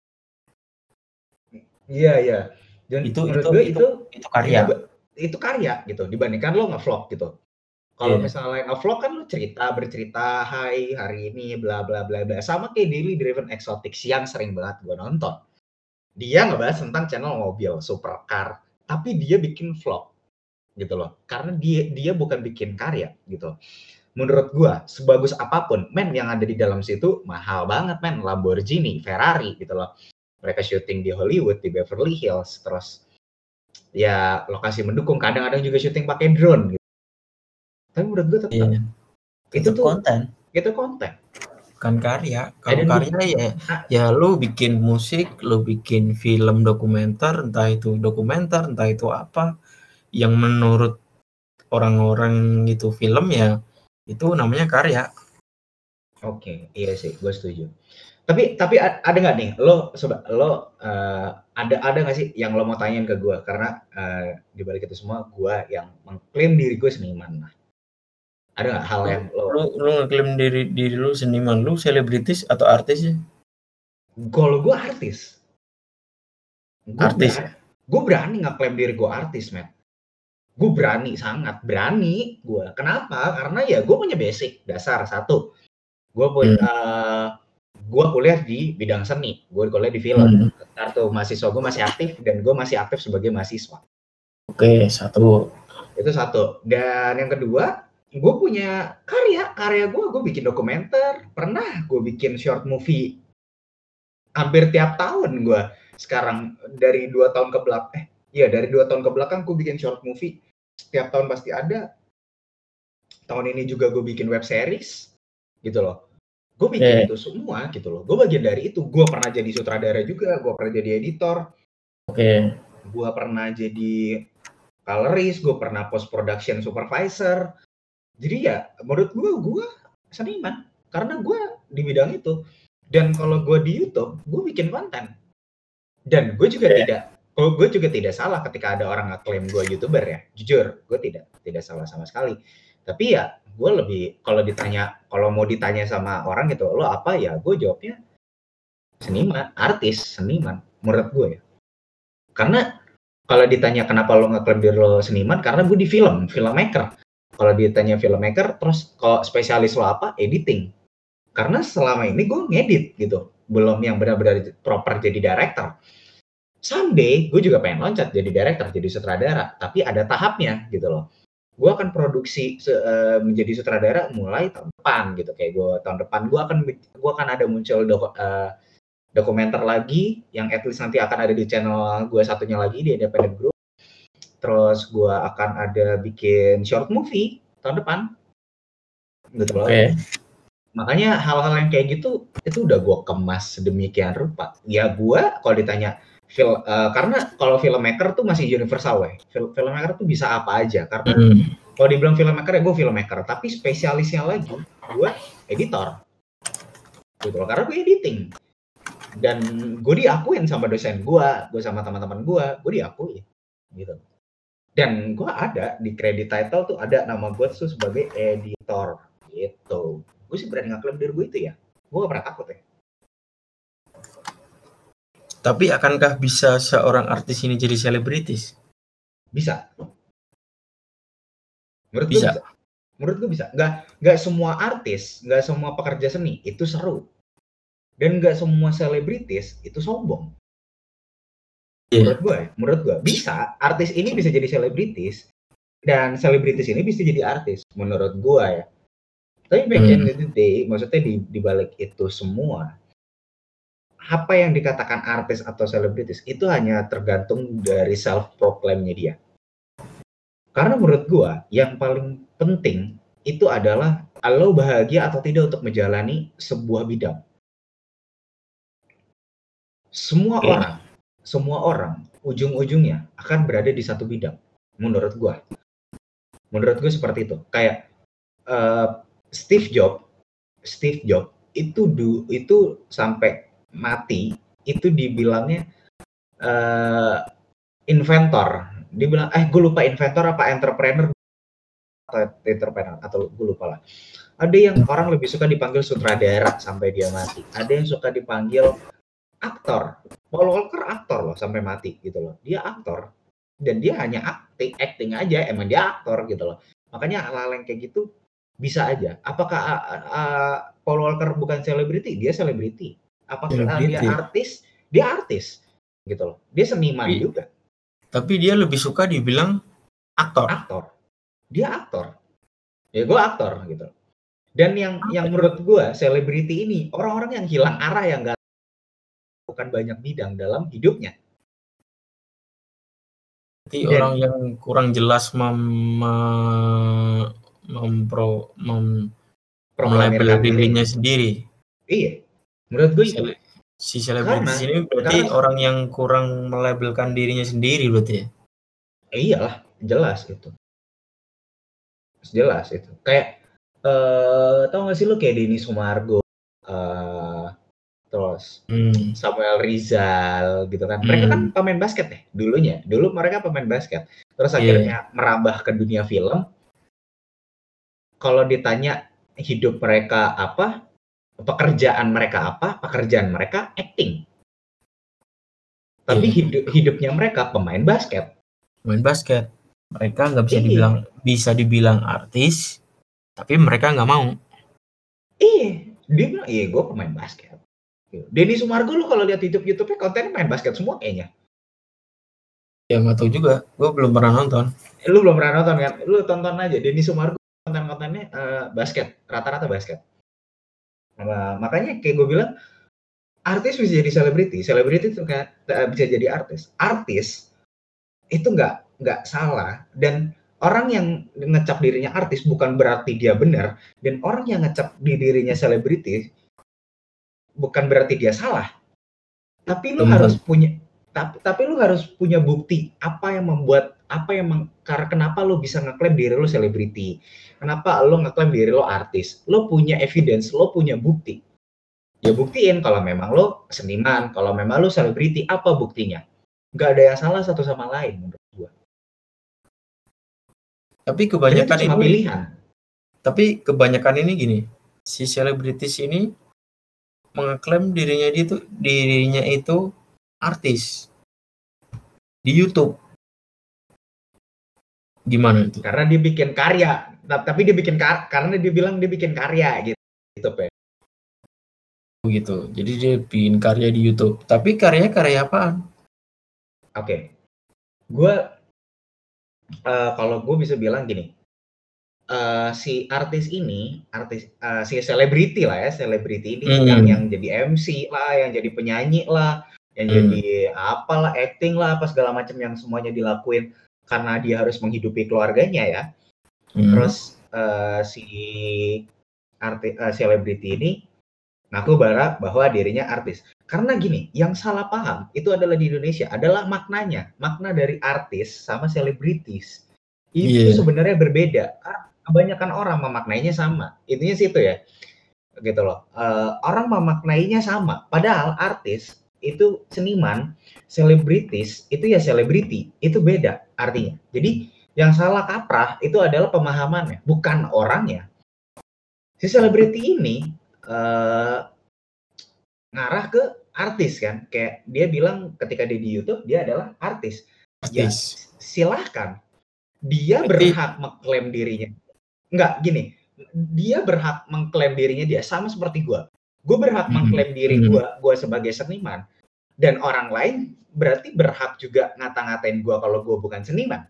Iya. Dan itu menurut gue itu karya. Itu karya gitu, dibandingkan lo nge-vlog gitu. Kalau Iya. misalnya ngevlog kan lu bercerita, hai hari ini bla bla bla bla. Sama kayak Daily Driven Exotics yang sering banget gue nonton. Dia ngebahas tentang channel mobil, supercar, tapi dia bikin vlog gitu loh. Karena dia bukan bikin karya gitu. Menurut gua, sebagus apapun, men yang ada di dalam situ mahal banget men, Lamborghini, Ferrari gitu loh. Mereka syuting di Hollywood, di Beverly Hills, terus ya lokasi mendukung, kadang-kadang juga syuting pakai drone gitu. Tapi menurut gua tetap Iya. itu Tetap tuh konten, itu konten. kan karya. Kalau Dan karya ya ah, ya lu bikin musik, lu bikin film dokumenter, entah itu dokumenter, entah itu apa yang menurut orang-orang itu film, ya itu namanya karya. oke, iya sih, gue setuju. Tapi ada nggak nih, lo ada nggak sih yang lo mau tanyain ke gue? Karena di balik itu semua, gue yang mengklaim diri gue seniman. Nah, ada nggak hal yang Lu ngeklaim diri lu seniman, lu selebritis atau artis ya? Kalau gue artis, Artis ya? gue berani ngeklaim diri gue artis, men. Gue berani, sangat berani gue. Kenapa? Karena ya gue punya basic dasar satu. Gue kuliah di bidang seni, gue kuliah di film. Kartu mahasiswa gue masih aktif dan gue masih aktif sebagai mahasiswa. Oke, satu. Itu satu. Dan yang kedua, gue punya karya gue bikin dokumenter, pernah gue bikin short movie hampir tiap tahun gue. Sekarang dari 2 tahun ke belakang, dari 2 tahun ke belakang gue bikin short movie, setiap tahun pasti ada. Tahun ini juga gue bikin web series, gitu loh. Gue bikin itu semua, gitu loh. Gue bagian dari itu. Gue pernah jadi sutradara juga, gue pernah jadi editor. Oke. Gue pernah jadi colorist, gue pernah post production supervisor. Jadi ya menurut gue seniman karena gue di bidang itu. Dan kalau gue di YouTube, gue bikin konten. Dan gue juga tidak salah ketika ada orang ngeklaim gue YouTuber ya. Jujur, gue tidak salah sama sekali. Tapi ya gue lebih kalau mau ditanya sama orang gitu, lo apa ya? Gue jawabnya seniman, artis, seniman menurut gue ya. Karena kalau ditanya kenapa lo ngeklaim diri lo seniman, karena gue di filmmaker. Kalau ditanya filmmaker, terus kalau spesialis lo apa? Editing. Karena selama ini gue ngedit gitu, belum yang benar-benar proper jadi director. Someday gue juga pengen loncat jadi director, jadi sutradara, tapi ada tahapnya gitu loh. Gue akan produksi menjadi sutradara mulai tahun depan gitu, kayak gue tahun depan gue akan ada muncul dokumenter lagi yang at least nanti akan ada di channel gue satunya lagi di Independent Group. Terus gue akan ada bikin short movie tahun depan gitu loh. Makanya hal-hal yang kayak gitu itu udah gue kemas sedemikian rupa. Ya gue kalau ditanya karena kalau filmmaker tuh masih universal weh. Filmmaker tuh bisa apa aja. Karena kalau dibilang filmmaker ya gue filmmaker, tapi spesialisnya lagi gue editor. Gitu loh, karena gue editing. Dan gue diakuin sama dosen gue sama teman-teman gue diakui gitu. Dan gue ada di credit title tuh ada nama gue tuh sebagai editor gitu. Gue sih berani ngeklaim diri gue itu ya. Gue gak pernah takut ya. Tapi akankah bisa seorang artis ini jadi selebritis? Bisa. Menurut gue bisa. Gak semua artis, gak semua pekerja seni itu seru. Dan gak semua selebritis itu sombong. Menurut gue bisa. Artis ini bisa jadi selebritis. Dan selebritis ini bisa jadi artis. Menurut gue ya. Tapi back in the day, maksudnya di balik itu semua, apa yang dikatakan artis atau selebritis itu hanya tergantung dari self-proclaim-nya dia. Karena menurut gua yang paling penting itu adalah lo bahagia atau tidak untuk menjalani sebuah bidang. Semua orang ujung-ujungnya akan berada di satu bidang. Menurut gua seperti itu. Kayak Steve Jobs itu sampai mati itu dibilangnya inventor. Dibilang gue lupa inventor apa entrepreneur atau gue lupa lah. Ada yang orang lebih suka dipanggil sutradara sampai dia mati. Ada yang suka dipanggil aktor. Paul Walker aktor loh sampai mati gitu loh. Dia aktor dan dia hanya acting aja, emang dia aktor gitu loh. Makanya hal-hal yang kayak gitu bisa aja. Apakah Paul Walker bukan selebriti? Dia selebriti. Apakah dia Selebriti. artis? Dia artis. Gitu loh. Dia seniman Tapi, juga. tapi dia lebih suka dibilang aktor. Aktor. Dia aktor. Ya gue aktor gitu. Dan yang menurut gue selebriti ini orang-orang yang hilang arah, yang nggak lakukan banyak bidang dalam hidupnya. Berarti orang yang kurang jelas melabel dirinya sendiri. Iya, menurut gue itu. Si selebritis ini berarti orang yang kurang melabelkan dirinya sendiri berarti ya? Iyalah, jelas itu. Jelas itu. Kayak tau gak sih lu kayak Denny Sumargo, terus Samuel Rizal gitu kan. Mereka kan pemain basket ya dulunya. Dulu mereka pemain basket. Terus akhirnya merambah ke dunia film. Kalau ditanya hidup mereka apa, pekerjaan mereka apa, pekerjaan mereka acting. Tapi hidupnya mereka pemain basket. Pemain basket. Mereka nggak bisa dibilang artis, tapi mereka nggak mau. Iya, dia bilang, iya gue pemain basket. Denny Sumargo lu kalau lihat YouTube-nya kontennya main basket semua kayaknya. Ya nggak tahu juga, gue belum pernah nonton. Lu belum pernah nonton kan? Lu tonton aja Denny Sumargo konten-kontennya basket, rata-rata basket. Nah, makanya kayak gue bilang, artis bisa jadi selebriti itu kan bisa jadi artis. Artis itu nggak salah, dan orang yang ngecap dirinya artis bukan berarti dia benar, dan orang yang ngecap dirinya selebriti bukan berarti dia salah. Tapi lu harus punya bukti kenapa lu bisa ngeklaim diri lu selebriti. Kenapa lu ngeklaim diri lu artis? Lu punya evidence, lu punya bukti. Ya buktiin kalau memang lu seniman, kalau memang lu selebriti, apa buktinya? Nggak ada yang salah satu sama lain menurut gua. Tapi kebanyakan ini gini, si selebritis ini mengeklaim dirinya itu artis di YouTube. Gimana itu? Karena dia bikin karya, tapi dia bikin karena dia bilang dia bikin karya gitu Pe. Gitu. Jadi dia bikin karya di YouTube. Tapi karya apaan? Oke. Kalau gue bisa bilang gini. Si artis ini, si selebriti lah ya, selebriti ini yang jadi MC lah, yang jadi penyanyi lah, yang jadi apalah, acting lah, apa segala macam yang semuanya dilakuin karena dia harus menghidupi keluarganya ya. Terus si selebriti ini ngaku bahwa dirinya artis. Karena gini, yang salah paham itu adalah di Indonesia adalah makna dari artis sama selebritis. Itu sebenarnya berbeda. Kebanyakan orang memaknainya sama. Intinya situ ya. Gitu loh. Orang memaknainya sama. Padahal artis itu seniman, selebritis itu ya selebriti. Itu beda artinya. Jadi yang salah kaprah itu adalah pemahamannya, bukan orangnya. Si selebriti ini ngarah ke artis kan, kayak dia bilang ketika dia di YouTube dia adalah artis. Ya silahkan, dia berhak mengklaim dirinya. Enggak gini, dia berhak mengklaim dirinya dia sama seperti gue berhak mengklaim diri gue sebagai seniman, dan orang lain berarti berhak juga ngata-ngatain gue kalau gue bukan seniman.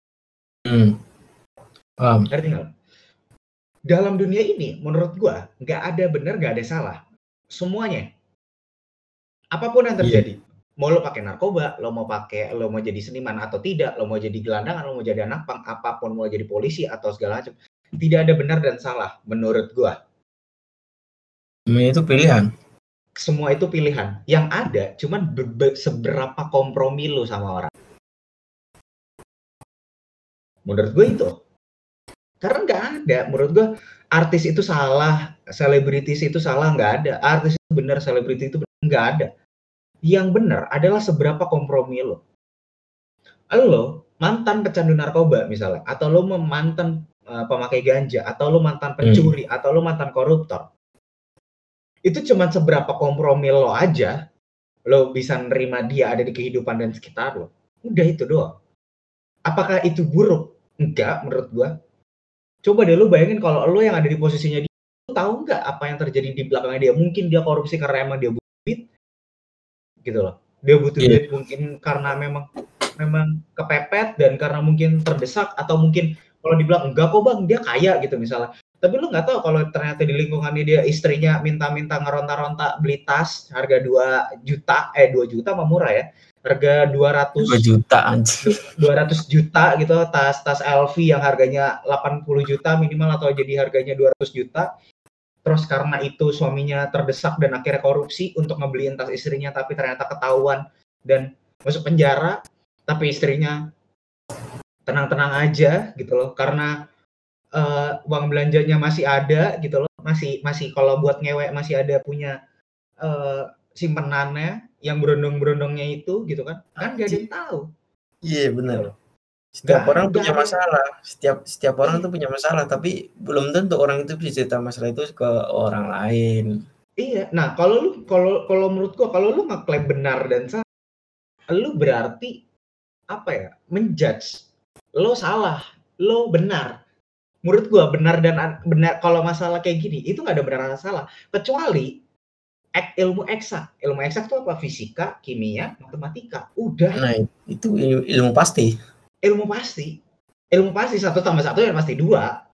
Ngerti nggak? Dalam dunia ini, menurut gue, nggak ada benar, nggak ada salah. Semuanya. Apapun yang terjadi. Mau lo pakai narkoba, lo mau jadi seniman atau tidak, lo mau jadi gelandangan, lo mau jadi anak pang, apapun, mau jadi polisi atau segala macam. Tidak ada benar dan salah, menurut gue. Semua itu pilihan. Semua itu pilihan. Yang ada, cuman seberapa kompromi lo sama orang. Menurut gue itu. Karena nggak ada, menurut gue artis itu salah, selebritis itu salah, nggak ada. Artis itu benar, selebriti itu benar, nggak ada. Yang benar adalah seberapa kompromi lo. Lo mantan pecandu narkoba misalnya, atau lo mantan pemakai ganja, atau lo mantan pencuri, atau lo mantan koruptor. Itu cuma seberapa kompromi lo aja, lo bisa nerima dia ada di kehidupan dan sekitar lo. Udah itu doang. Apakah itu buruk? Enggak, menurut gue. Coba deh lu bayangin kalau lu yang ada di posisinya dia, lu tahu nggak apa yang terjadi di belakangnya dia? Mungkin dia korupsi karena emang dia butuh duit, gitu loh. Dia butuh Iya. duit mungkin karena memang kepepet dan karena mungkin terdesak, atau mungkin kalau dibilang enggak kok bang, dia kaya gitu misalnya. Tapi lu nggak tahu kalau ternyata di lingkungannya dia istrinya minta-minta ngeronta-ronta beli tas harga 2 juta, 2 juta mah murah ya. Harga 2 juta anjing. 200 juta gitu, tas LV yang harganya 80 juta minimal atau jadi harganya 200 juta. Terus karena itu suaminya terdesak dan akhirnya korupsi untuk ngebeliin tas istrinya, tapi ternyata ketahuan dan masuk penjara. Tapi istrinya tenang-tenang aja gitu loh, karena uang belanjanya masih ada gitu loh, masih kalau buat ngewek masih ada punya simpenannya yang berondong-berondongnya itu gitu kan gak ada yang tahu. Iya benar. Gitu loh. Setiap orang Nggak punya ada yang- masalah. Setiap orang tuh punya masalah, tapi belum tentu orang itu bisa cerita masalah itu ke orang lain. Iya. Nah, kalau menurut gua kalau lu ngeklaim benar dan salah, lu berarti apa ya? Menjudge. Lo salah, lo benar. Menurut gua benar kalau masalah kayak gini itu nggak ada benar dan salah, kecuali ilmu eksak. Ilmu eksak itu apa? Fisika, kimia, matematika. Udah. Nah, itu ilmu pasti. Ilmu pasti. Ilmu pasti 1 tambah 1 ya pasti 2.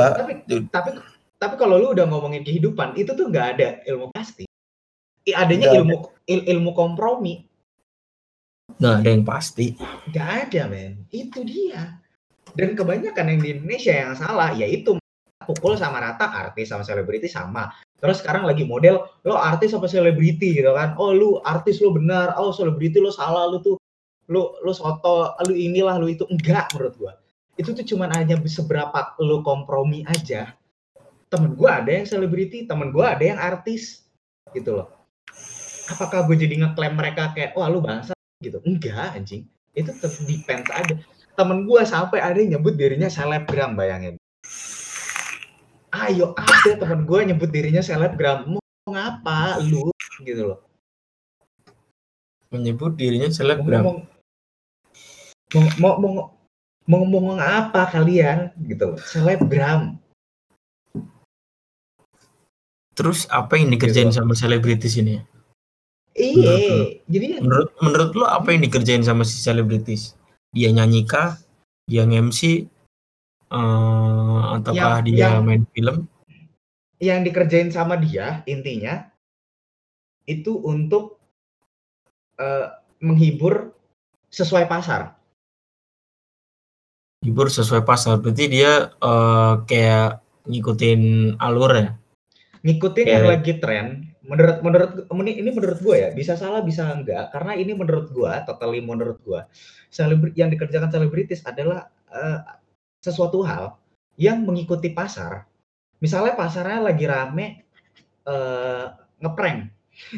Tapi kalau lu udah ngomongin kehidupan, itu tuh nggak ada ilmu pasti. Adanya ilmu kompromi. Nggak ada yang pasti. Nggak ada, men. Itu dia. Dan kebanyakan yang di Indonesia yang salah, yaitu pukul sama rata artis sama selebriti sama. Terus sekarang lagi model, lo artis apa selebriti gitu kan. Oh, lu artis lo benar, oh selebriti lo salah, lu tuh lu soto, lu inilah, lu itu. Enggak, menurut gua. Itu tuh cuman hanya seberapa lu kompromi aja. Temen gua ada yang selebriti, temen gua ada yang artis gitu loh. Apakah gue jadi ngeklaim mereka kayak wah lu bangsa gitu? Enggak, anjing. Itu depends aja. Temen gue sampai ada yang nyebut dirinya selebgram, bayangin. Ayo ada temen gue nyebut dirinya selebgram. Mau ngapa lu gitu loh? Menyebut dirinya selebgram. Mau ngomong apa kalian gitu loh? Selebgram. Terus apa yang dikerjain sama selebritis ini? Iya, jadi menurut lo apa yang dikerjain sama si selebritis? Dia nyanyi kah? Dia nge-MC? Ataukah dia main film? Yang dikerjain sama dia intinya itu untuk menghibur sesuai pasar. Hibur sesuai pasar, berarti dia kayak ngikutin alur ya? Ngikutin yang lagi tren. Ini menurut gue ya, bisa salah bisa enggak, karena ini menurut gue, totally menurut gue, yang dikerjakan selebritis adalah sesuatu hal yang mengikuti pasar. Misalnya pasarnya lagi rame ngeprank.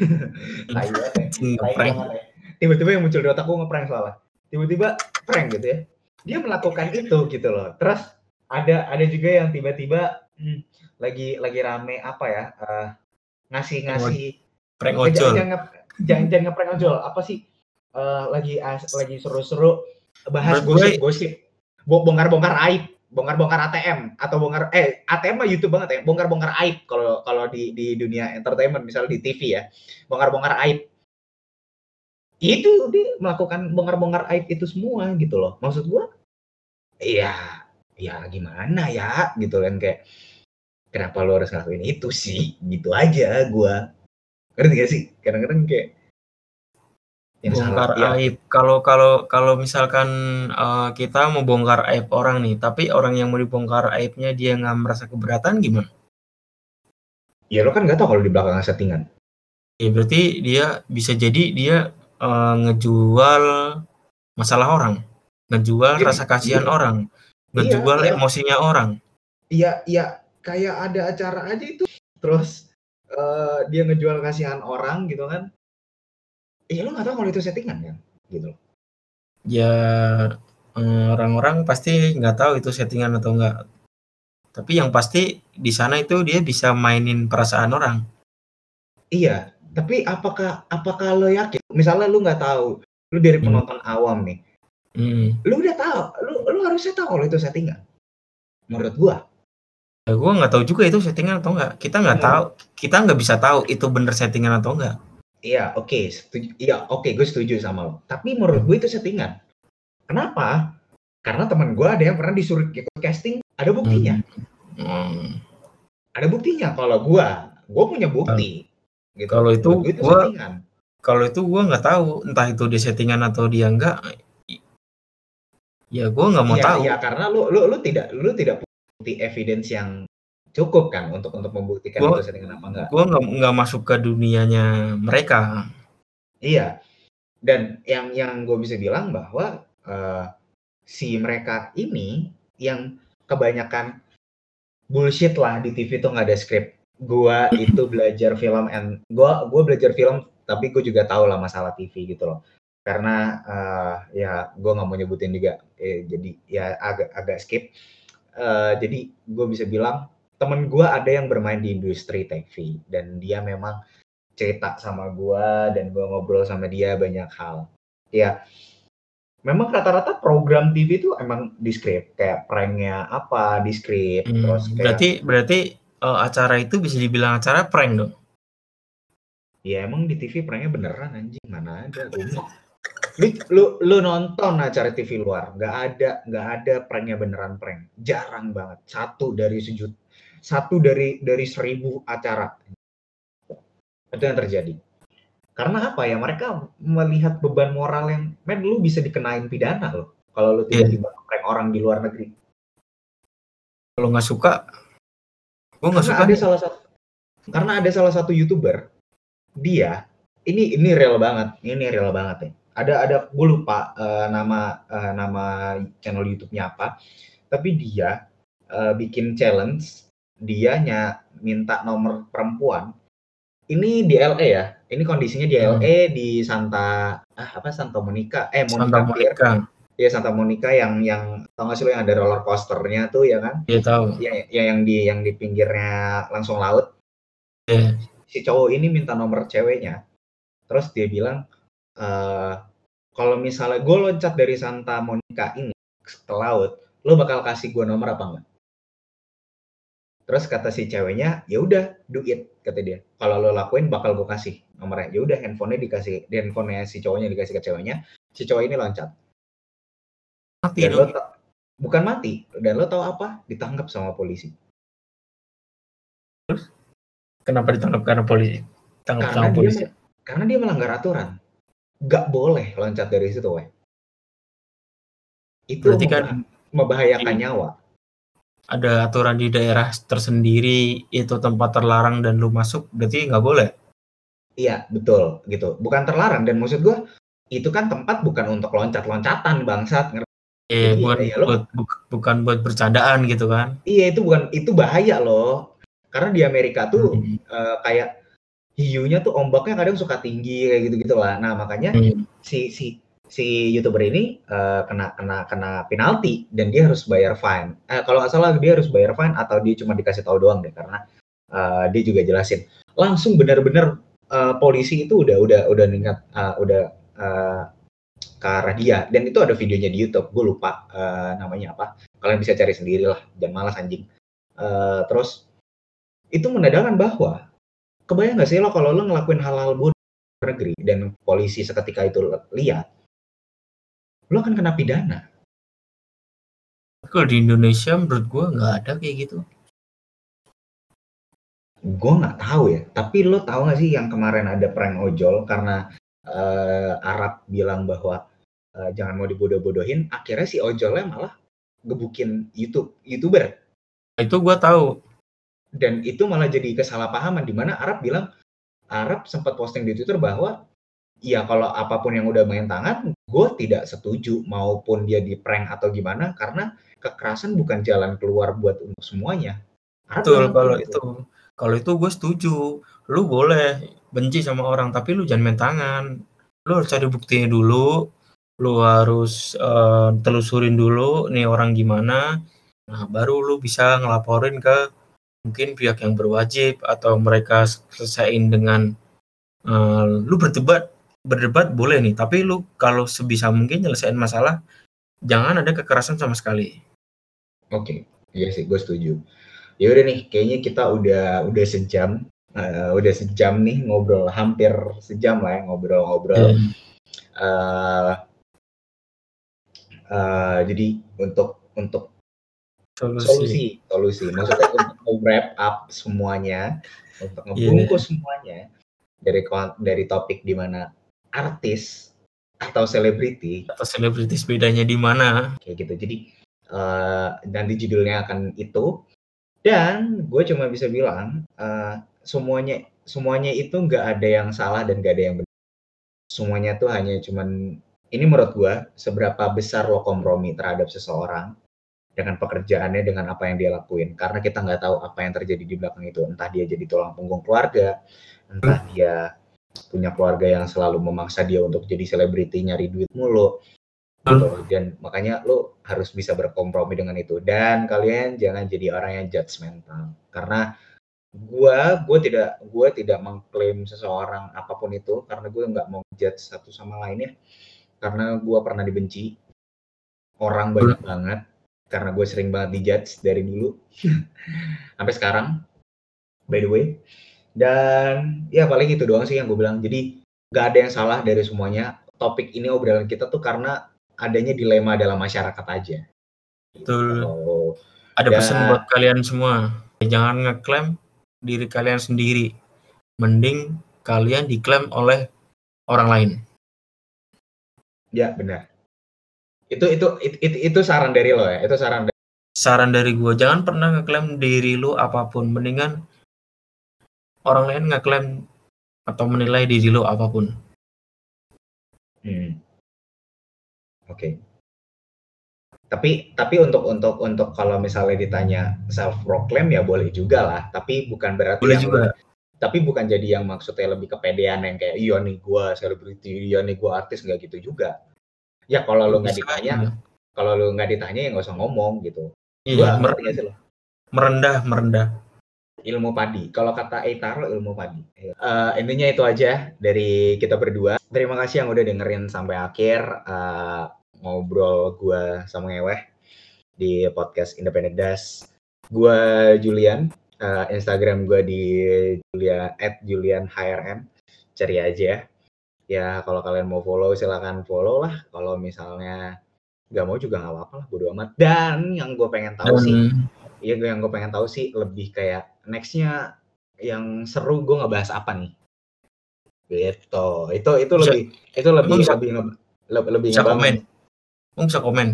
Tiba-tiba yang muncul di otakku ngeprank soalnya. Tiba-tiba prank gitu ya. Dia melakukan itu gitu loh. Terus ada juga yang tiba-tiba lagi rame apa ya? Ngasih prank ojol. Jangan ngeprank ojol. Apa sih? Lagi seru-seru bahas gosip-gosip. Bongkar-bongkar aib. Bongkar-bongkar ATM atau ATM mah YouTube banget ya. Bongkar-bongkar aib kalau di dunia entertainment, misalnya di TV ya. Bongkar-bongkar aib. Itu dia melakukan bongkar-bongkar aib itu semua gitu loh. Maksud gua ya gimana ya gitu kan, kayak kenapa lo harus ngelakuin itu sih, gitu aja gua. Ngerti gak sih? Kadang-kadang kayak yang bongkar aib. Kalau misalkan kita mau bongkar aib orang nih, tapi orang yang mau dibongkar aibnya dia nggak merasa keberatan, gimana? Ya lo kan nggak tahu kalau di belakang settingan. Ya berarti dia bisa jadi dia ngejual masalah orang, ngejual rasa kasihan orang, ngejual emosinya orang. Iya, kayak ada acara aja itu, terus dia ngejual kasihan orang gitu kan. Iya, lo nggak tahu kalau itu settingan kan, gitu. Ya orang-orang pasti nggak tahu itu settingan atau enggak. Tapi yang pasti di sana itu dia bisa mainin perasaan orang. Iya, tapi apakah lo yakin? Misalnya lu nggak tahu, lu dari penonton awam nih, lu udah tahu, lu harusnya tahu kalau itu settingan. Menurut gua, Ya gue nggak tahu juga itu settingan atau enggak. Kita nggak bisa tahu itu bener settingan atau enggak. Iya, oke, gue setuju sama lo. Tapi menurut gue itu settingan. Kenapa? Karena teman gue ada yang pernah disuruh ikut casting, ada buktinya. Ada buktinya. Kalau gue punya bukti. Gitu. Kalau itu settingan. Kalau itu gue nggak tahu, entah itu dia settingan atau dia enggak. Ya gue nggak mau tahu. Iya, karena lu tidak punya bukti evidence yang cukup kan untuk membuktikan itu settingan apa enggak. Gue nggak masuk ke dunianya mereka. Iya. Dan yang gue bisa bilang bahwa si mereka ini yang kebanyakan bullshit lah di TV tuh nggak ada skrip. Gua itu belajar film gua belajar film, tapi gue juga tahu lah masalah TV gitu loh. Karena ya gue nggak mau nyebutin juga, jadi ya agak skip. Jadi gue bisa bilang temen gue ada yang bermain di industri TV dan dia memang cerita sama gue dan gue ngobrol sama dia banyak hal. Ya, memang rata-rata program TV itu emang di script, kayak pranknya apa di script, terus kayak berarti acara itu bisa dibilang acara prank dong. Ya emang di TV pranknya beneran anjing, mana ada. Lu nonton acara TV luar, nggak ada pranknya beneran prank, jarang banget. Satu dari 1000 acara itu yang terjadi. Karena apa ya, mereka melihat beban moral yang, lu bisa dikenain pidana loh kalau lu tiba-tiba prank orang di luar negeri. Kalau nggak suka, gue nggak suka. Karena ada salah satu YouTuber, dia ini real banget ya. Ada gue lupa nama channel YouTube-nya apa, tapi dia bikin challenge, dia minta nomor perempuan. Ini di LA ya. Ini kondisinya di LA di Santa Monica. Santa Monica. Ya, Santa Monica yang tau gak sih lo yang ada roller coasternya tuh ya kan? Iya tahu. Ya yang di pinggirnya langsung laut. Yeah. Si cowok ini minta nomor ceweknya. Terus dia bilang, kalau misalnya gue loncat dari Santa Monica ini ke laut, lo bakal kasih gue nomor apa enggak? Terus kata si ceweknya, ya udah, do it, kata dia. Kalau lo lakuin bakal gue kasih nomornya. Ya udah, handphonenya si cowoknya dikasih ke ceweknya. Si cowok ini loncat. Mati dan dong. Bukan mati. Dan lo tahu apa? Ditangkap sama polisi. Terus? Kenapa ditangkap karena polisi? Karena dia melanggar aturan. Gak boleh loncat dari situ, weh. Itu kan membahayakan nyawa. Ada aturan di daerah tersendiri, itu tempat terlarang dan lu masuk, berarti nggak boleh? Iya, betul, gitu. Bukan terlarang, dan maksud gue, itu kan tempat bukan untuk loncat-loncatan, bangsat. Bukan buat bercandaan gitu kan? Iya, itu bahaya loh. Karena di Amerika tuh kayak hiunya tuh ombaknya kadang suka tinggi kayak gitu-gitu lah. Nah, makanya si YouTuber ini kena penalti dan dia harus bayar fine. Kalau nggak salah dia harus bayar fine atau dia cuma dikasih tahu doang deh, karena dia juga jelasin. Langsung benar-benar polisi itu udah niat ke arah dia, dan itu ada videonya di YouTube. Gue lupa namanya apa. Kalian bisa cari sendiri lah, jangan malas anjing. Terus itu menandakan bahwa kebayang nggak sih lo kalau lo ngelakuin hal-hal bodoh di negeri dan polisi seketika itu lihat, lo akan kena pidana. Kalau di Indonesia menurut gue nggak ada kayak gitu. Gue nggak tahu ya, tapi lo tahu nggak sih yang kemarin ada prank ojol karena Arab bilang bahwa jangan mau dibodoh-bodohin, akhirnya si ojolnya malah gebukin YouTuber. Itu gue tahu. Dan itu malah jadi kesalahpahaman, di mana Arab sempat posting di Twitter bahwa ya kalau apapun yang udah main tangan, gue tidak setuju maupun dia di prank atau gimana, karena kekerasan bukan jalan keluar buat untuk semuanya. Betul, kalau itu gue setuju. Lu boleh benci sama orang, tapi lu jangan main tangan. Lu harus cari buktinya dulu. Lu harus telusurin dulu nih orang gimana. Nah, baru lu bisa ngelaporin ke mungkin pihak yang berwajib, atau mereka selesaiin dengan lu berdebat boleh nih, tapi lu kalau sebisa mungkin nyelesain masalah, jangan ada kekerasan sama sekali. Oke, iya sih, gue setuju. Ya udah nih, kayaknya kita udah sejam. Udah sejam nih ngobrol, hampir sejam lah ya ngobrol-ngobrol. Jadi untuk solusi, maksudnya untuk wrap up semuanya, untuk ngebungkus semuanya dari topik di mana artis atau selebriti bedanya di mana? Kayak gitu. Jadi nanti judulnya akan itu. Dan gue cuma bisa bilang semuanya itu nggak ada yang salah dan nggak ada yang benar. Semuanya tuh hanya cuman, ini menurut gue, seberapa besar lo kompromi terhadap seseorang dengan pekerjaannya, dengan apa yang dia lakuin. Karena kita nggak tahu apa yang terjadi di belakang itu. Entah dia jadi tulang punggung keluarga, entah dia punya keluarga yang selalu memaksa dia untuk jadi selebriti, nyari duit mulu. Gitu. Dan makanya lo harus bisa berkompromi dengan itu. Dan kalian jangan jadi orang yang judgmental. Karena gue tidak mengklaim seseorang apapun itu, karena gue nggak mau judge satu sama lainnya. Karena gue pernah dibenci orang banyak banget, karena gue sering banget dijudge dari dulu sampai sekarang, by the way. Dan ya paling itu doang sih yang gue bilang. Jadi nggak ada yang salah dari semuanya. Topik ini, obrolan kita tuh karena adanya dilema dalam masyarakat aja. Betul. Ada pesan buat kalian semua, jangan ngeklaim diri kalian sendiri, mending kalian diklaim oleh orang lain. Ya benar. Itu saran dari lo ya. Itu saran dari gue, jangan pernah ngeklaim diri lo apapun, mendingan orang lain ngeklaim atau menilai diri lo apapun. Oke. Tapi untuk kalau misalnya ditanya self proclaim ya boleh juga lah, tapi bukan berarti boleh juga. Tapi bukan jadi yang maksudnya lebih kepedean yang kayak iya nih gue selebriti, iya nih gue artis, nggak gitu juga. Ya kalau lo nggak ditanya, ya nggak usah ngomong gitu. Iya, merendah. Ilmu padi. Kalau kata Eitaro, ilmu padi. Intinya itu aja dari kita berdua. Terima kasih yang udah dengerin sampai akhir ngobrol gue sama Ngeweh di podcast Independent Das. Gue Julian, Instagram gue di @julianhrm. Cari aja. Ya kalau kalian mau follow silakan follow lah. Kalau misalnya nggak mau juga nggak apa-apa lah, bodo amat. Dan yang gue pengen tahu sih, lebih kayak nextnya yang seru gue ngebahas apa nih? Gitu. Itu lebih ngebangun. Bisa komen.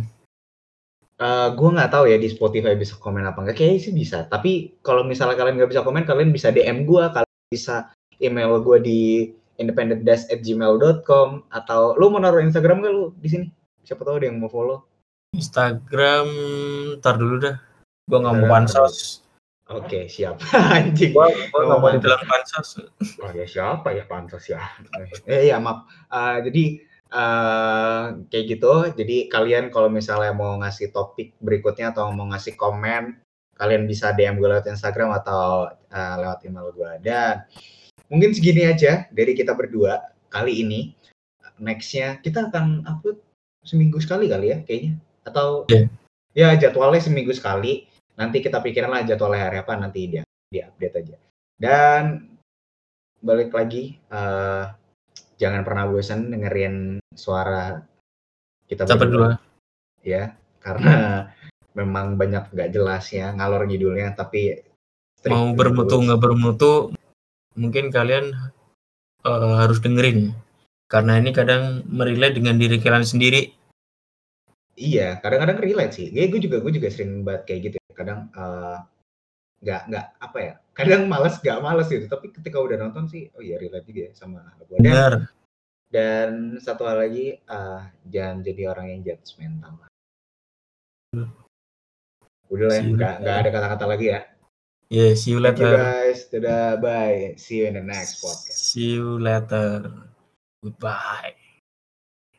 Gue nggak tahu ya di Spotify bisa komen apa enggak. Kayaknya sih bisa. Tapi kalau misalnya kalian nggak bisa komen, kalian bisa DM gue. Kalian bisa email gue di independentdash@gmail.com, atau lu mau naruh Instagram nggak lu di sini? Siapa tahu ada yang mau follow. Instagram ntar dulu dah. Gue nggak mau pansos. Oke, siap. Anjing. Gue nggak mau dibilang pansos. Oh ya siapa ya pansos ya? Ya maaf. Jadi kayak gitu. Jadi kalian kalau misalnya mau ngasih topik berikutnya atau mau ngasih komen, kalian bisa DM gue lewat Instagram atau lewat email gue. Dan mungkin segini aja dari kita berdua kali ini. Nextnya kita akan upload seminggu sekali kali ya kayaknya. Atau ya jadwalnya seminggu sekali. Nanti kita pikirin lah jadwalnya hari apa, nanti dia update aja. Dan balik lagi, jangan pernah bosan dengerin suara kita berdua. Ya, karena memang banyak nggak jelas ya, ngalor ngidulnya, tapi mau bermutu nggak bermutu, mungkin kalian harus dengerin. Karena ini kadang merelate dengan diri kalian sendiri. Iya, kadang-kadang relate sih. Gue juga sering banget kayak gitu. Kadang nggak apa ya. Kadang nggak malas gitu. Tapi ketika udah nonton sih, oh iya relate juga ya sama gue. Dan satu hal lagi, jangan jadi orang yang judgmental. Udah lah, nggak ada kata-kata lagi ya. Yeah, see you later. Thank you guys. Dadah, bye. See you in the next podcast. See you later. Goodbye.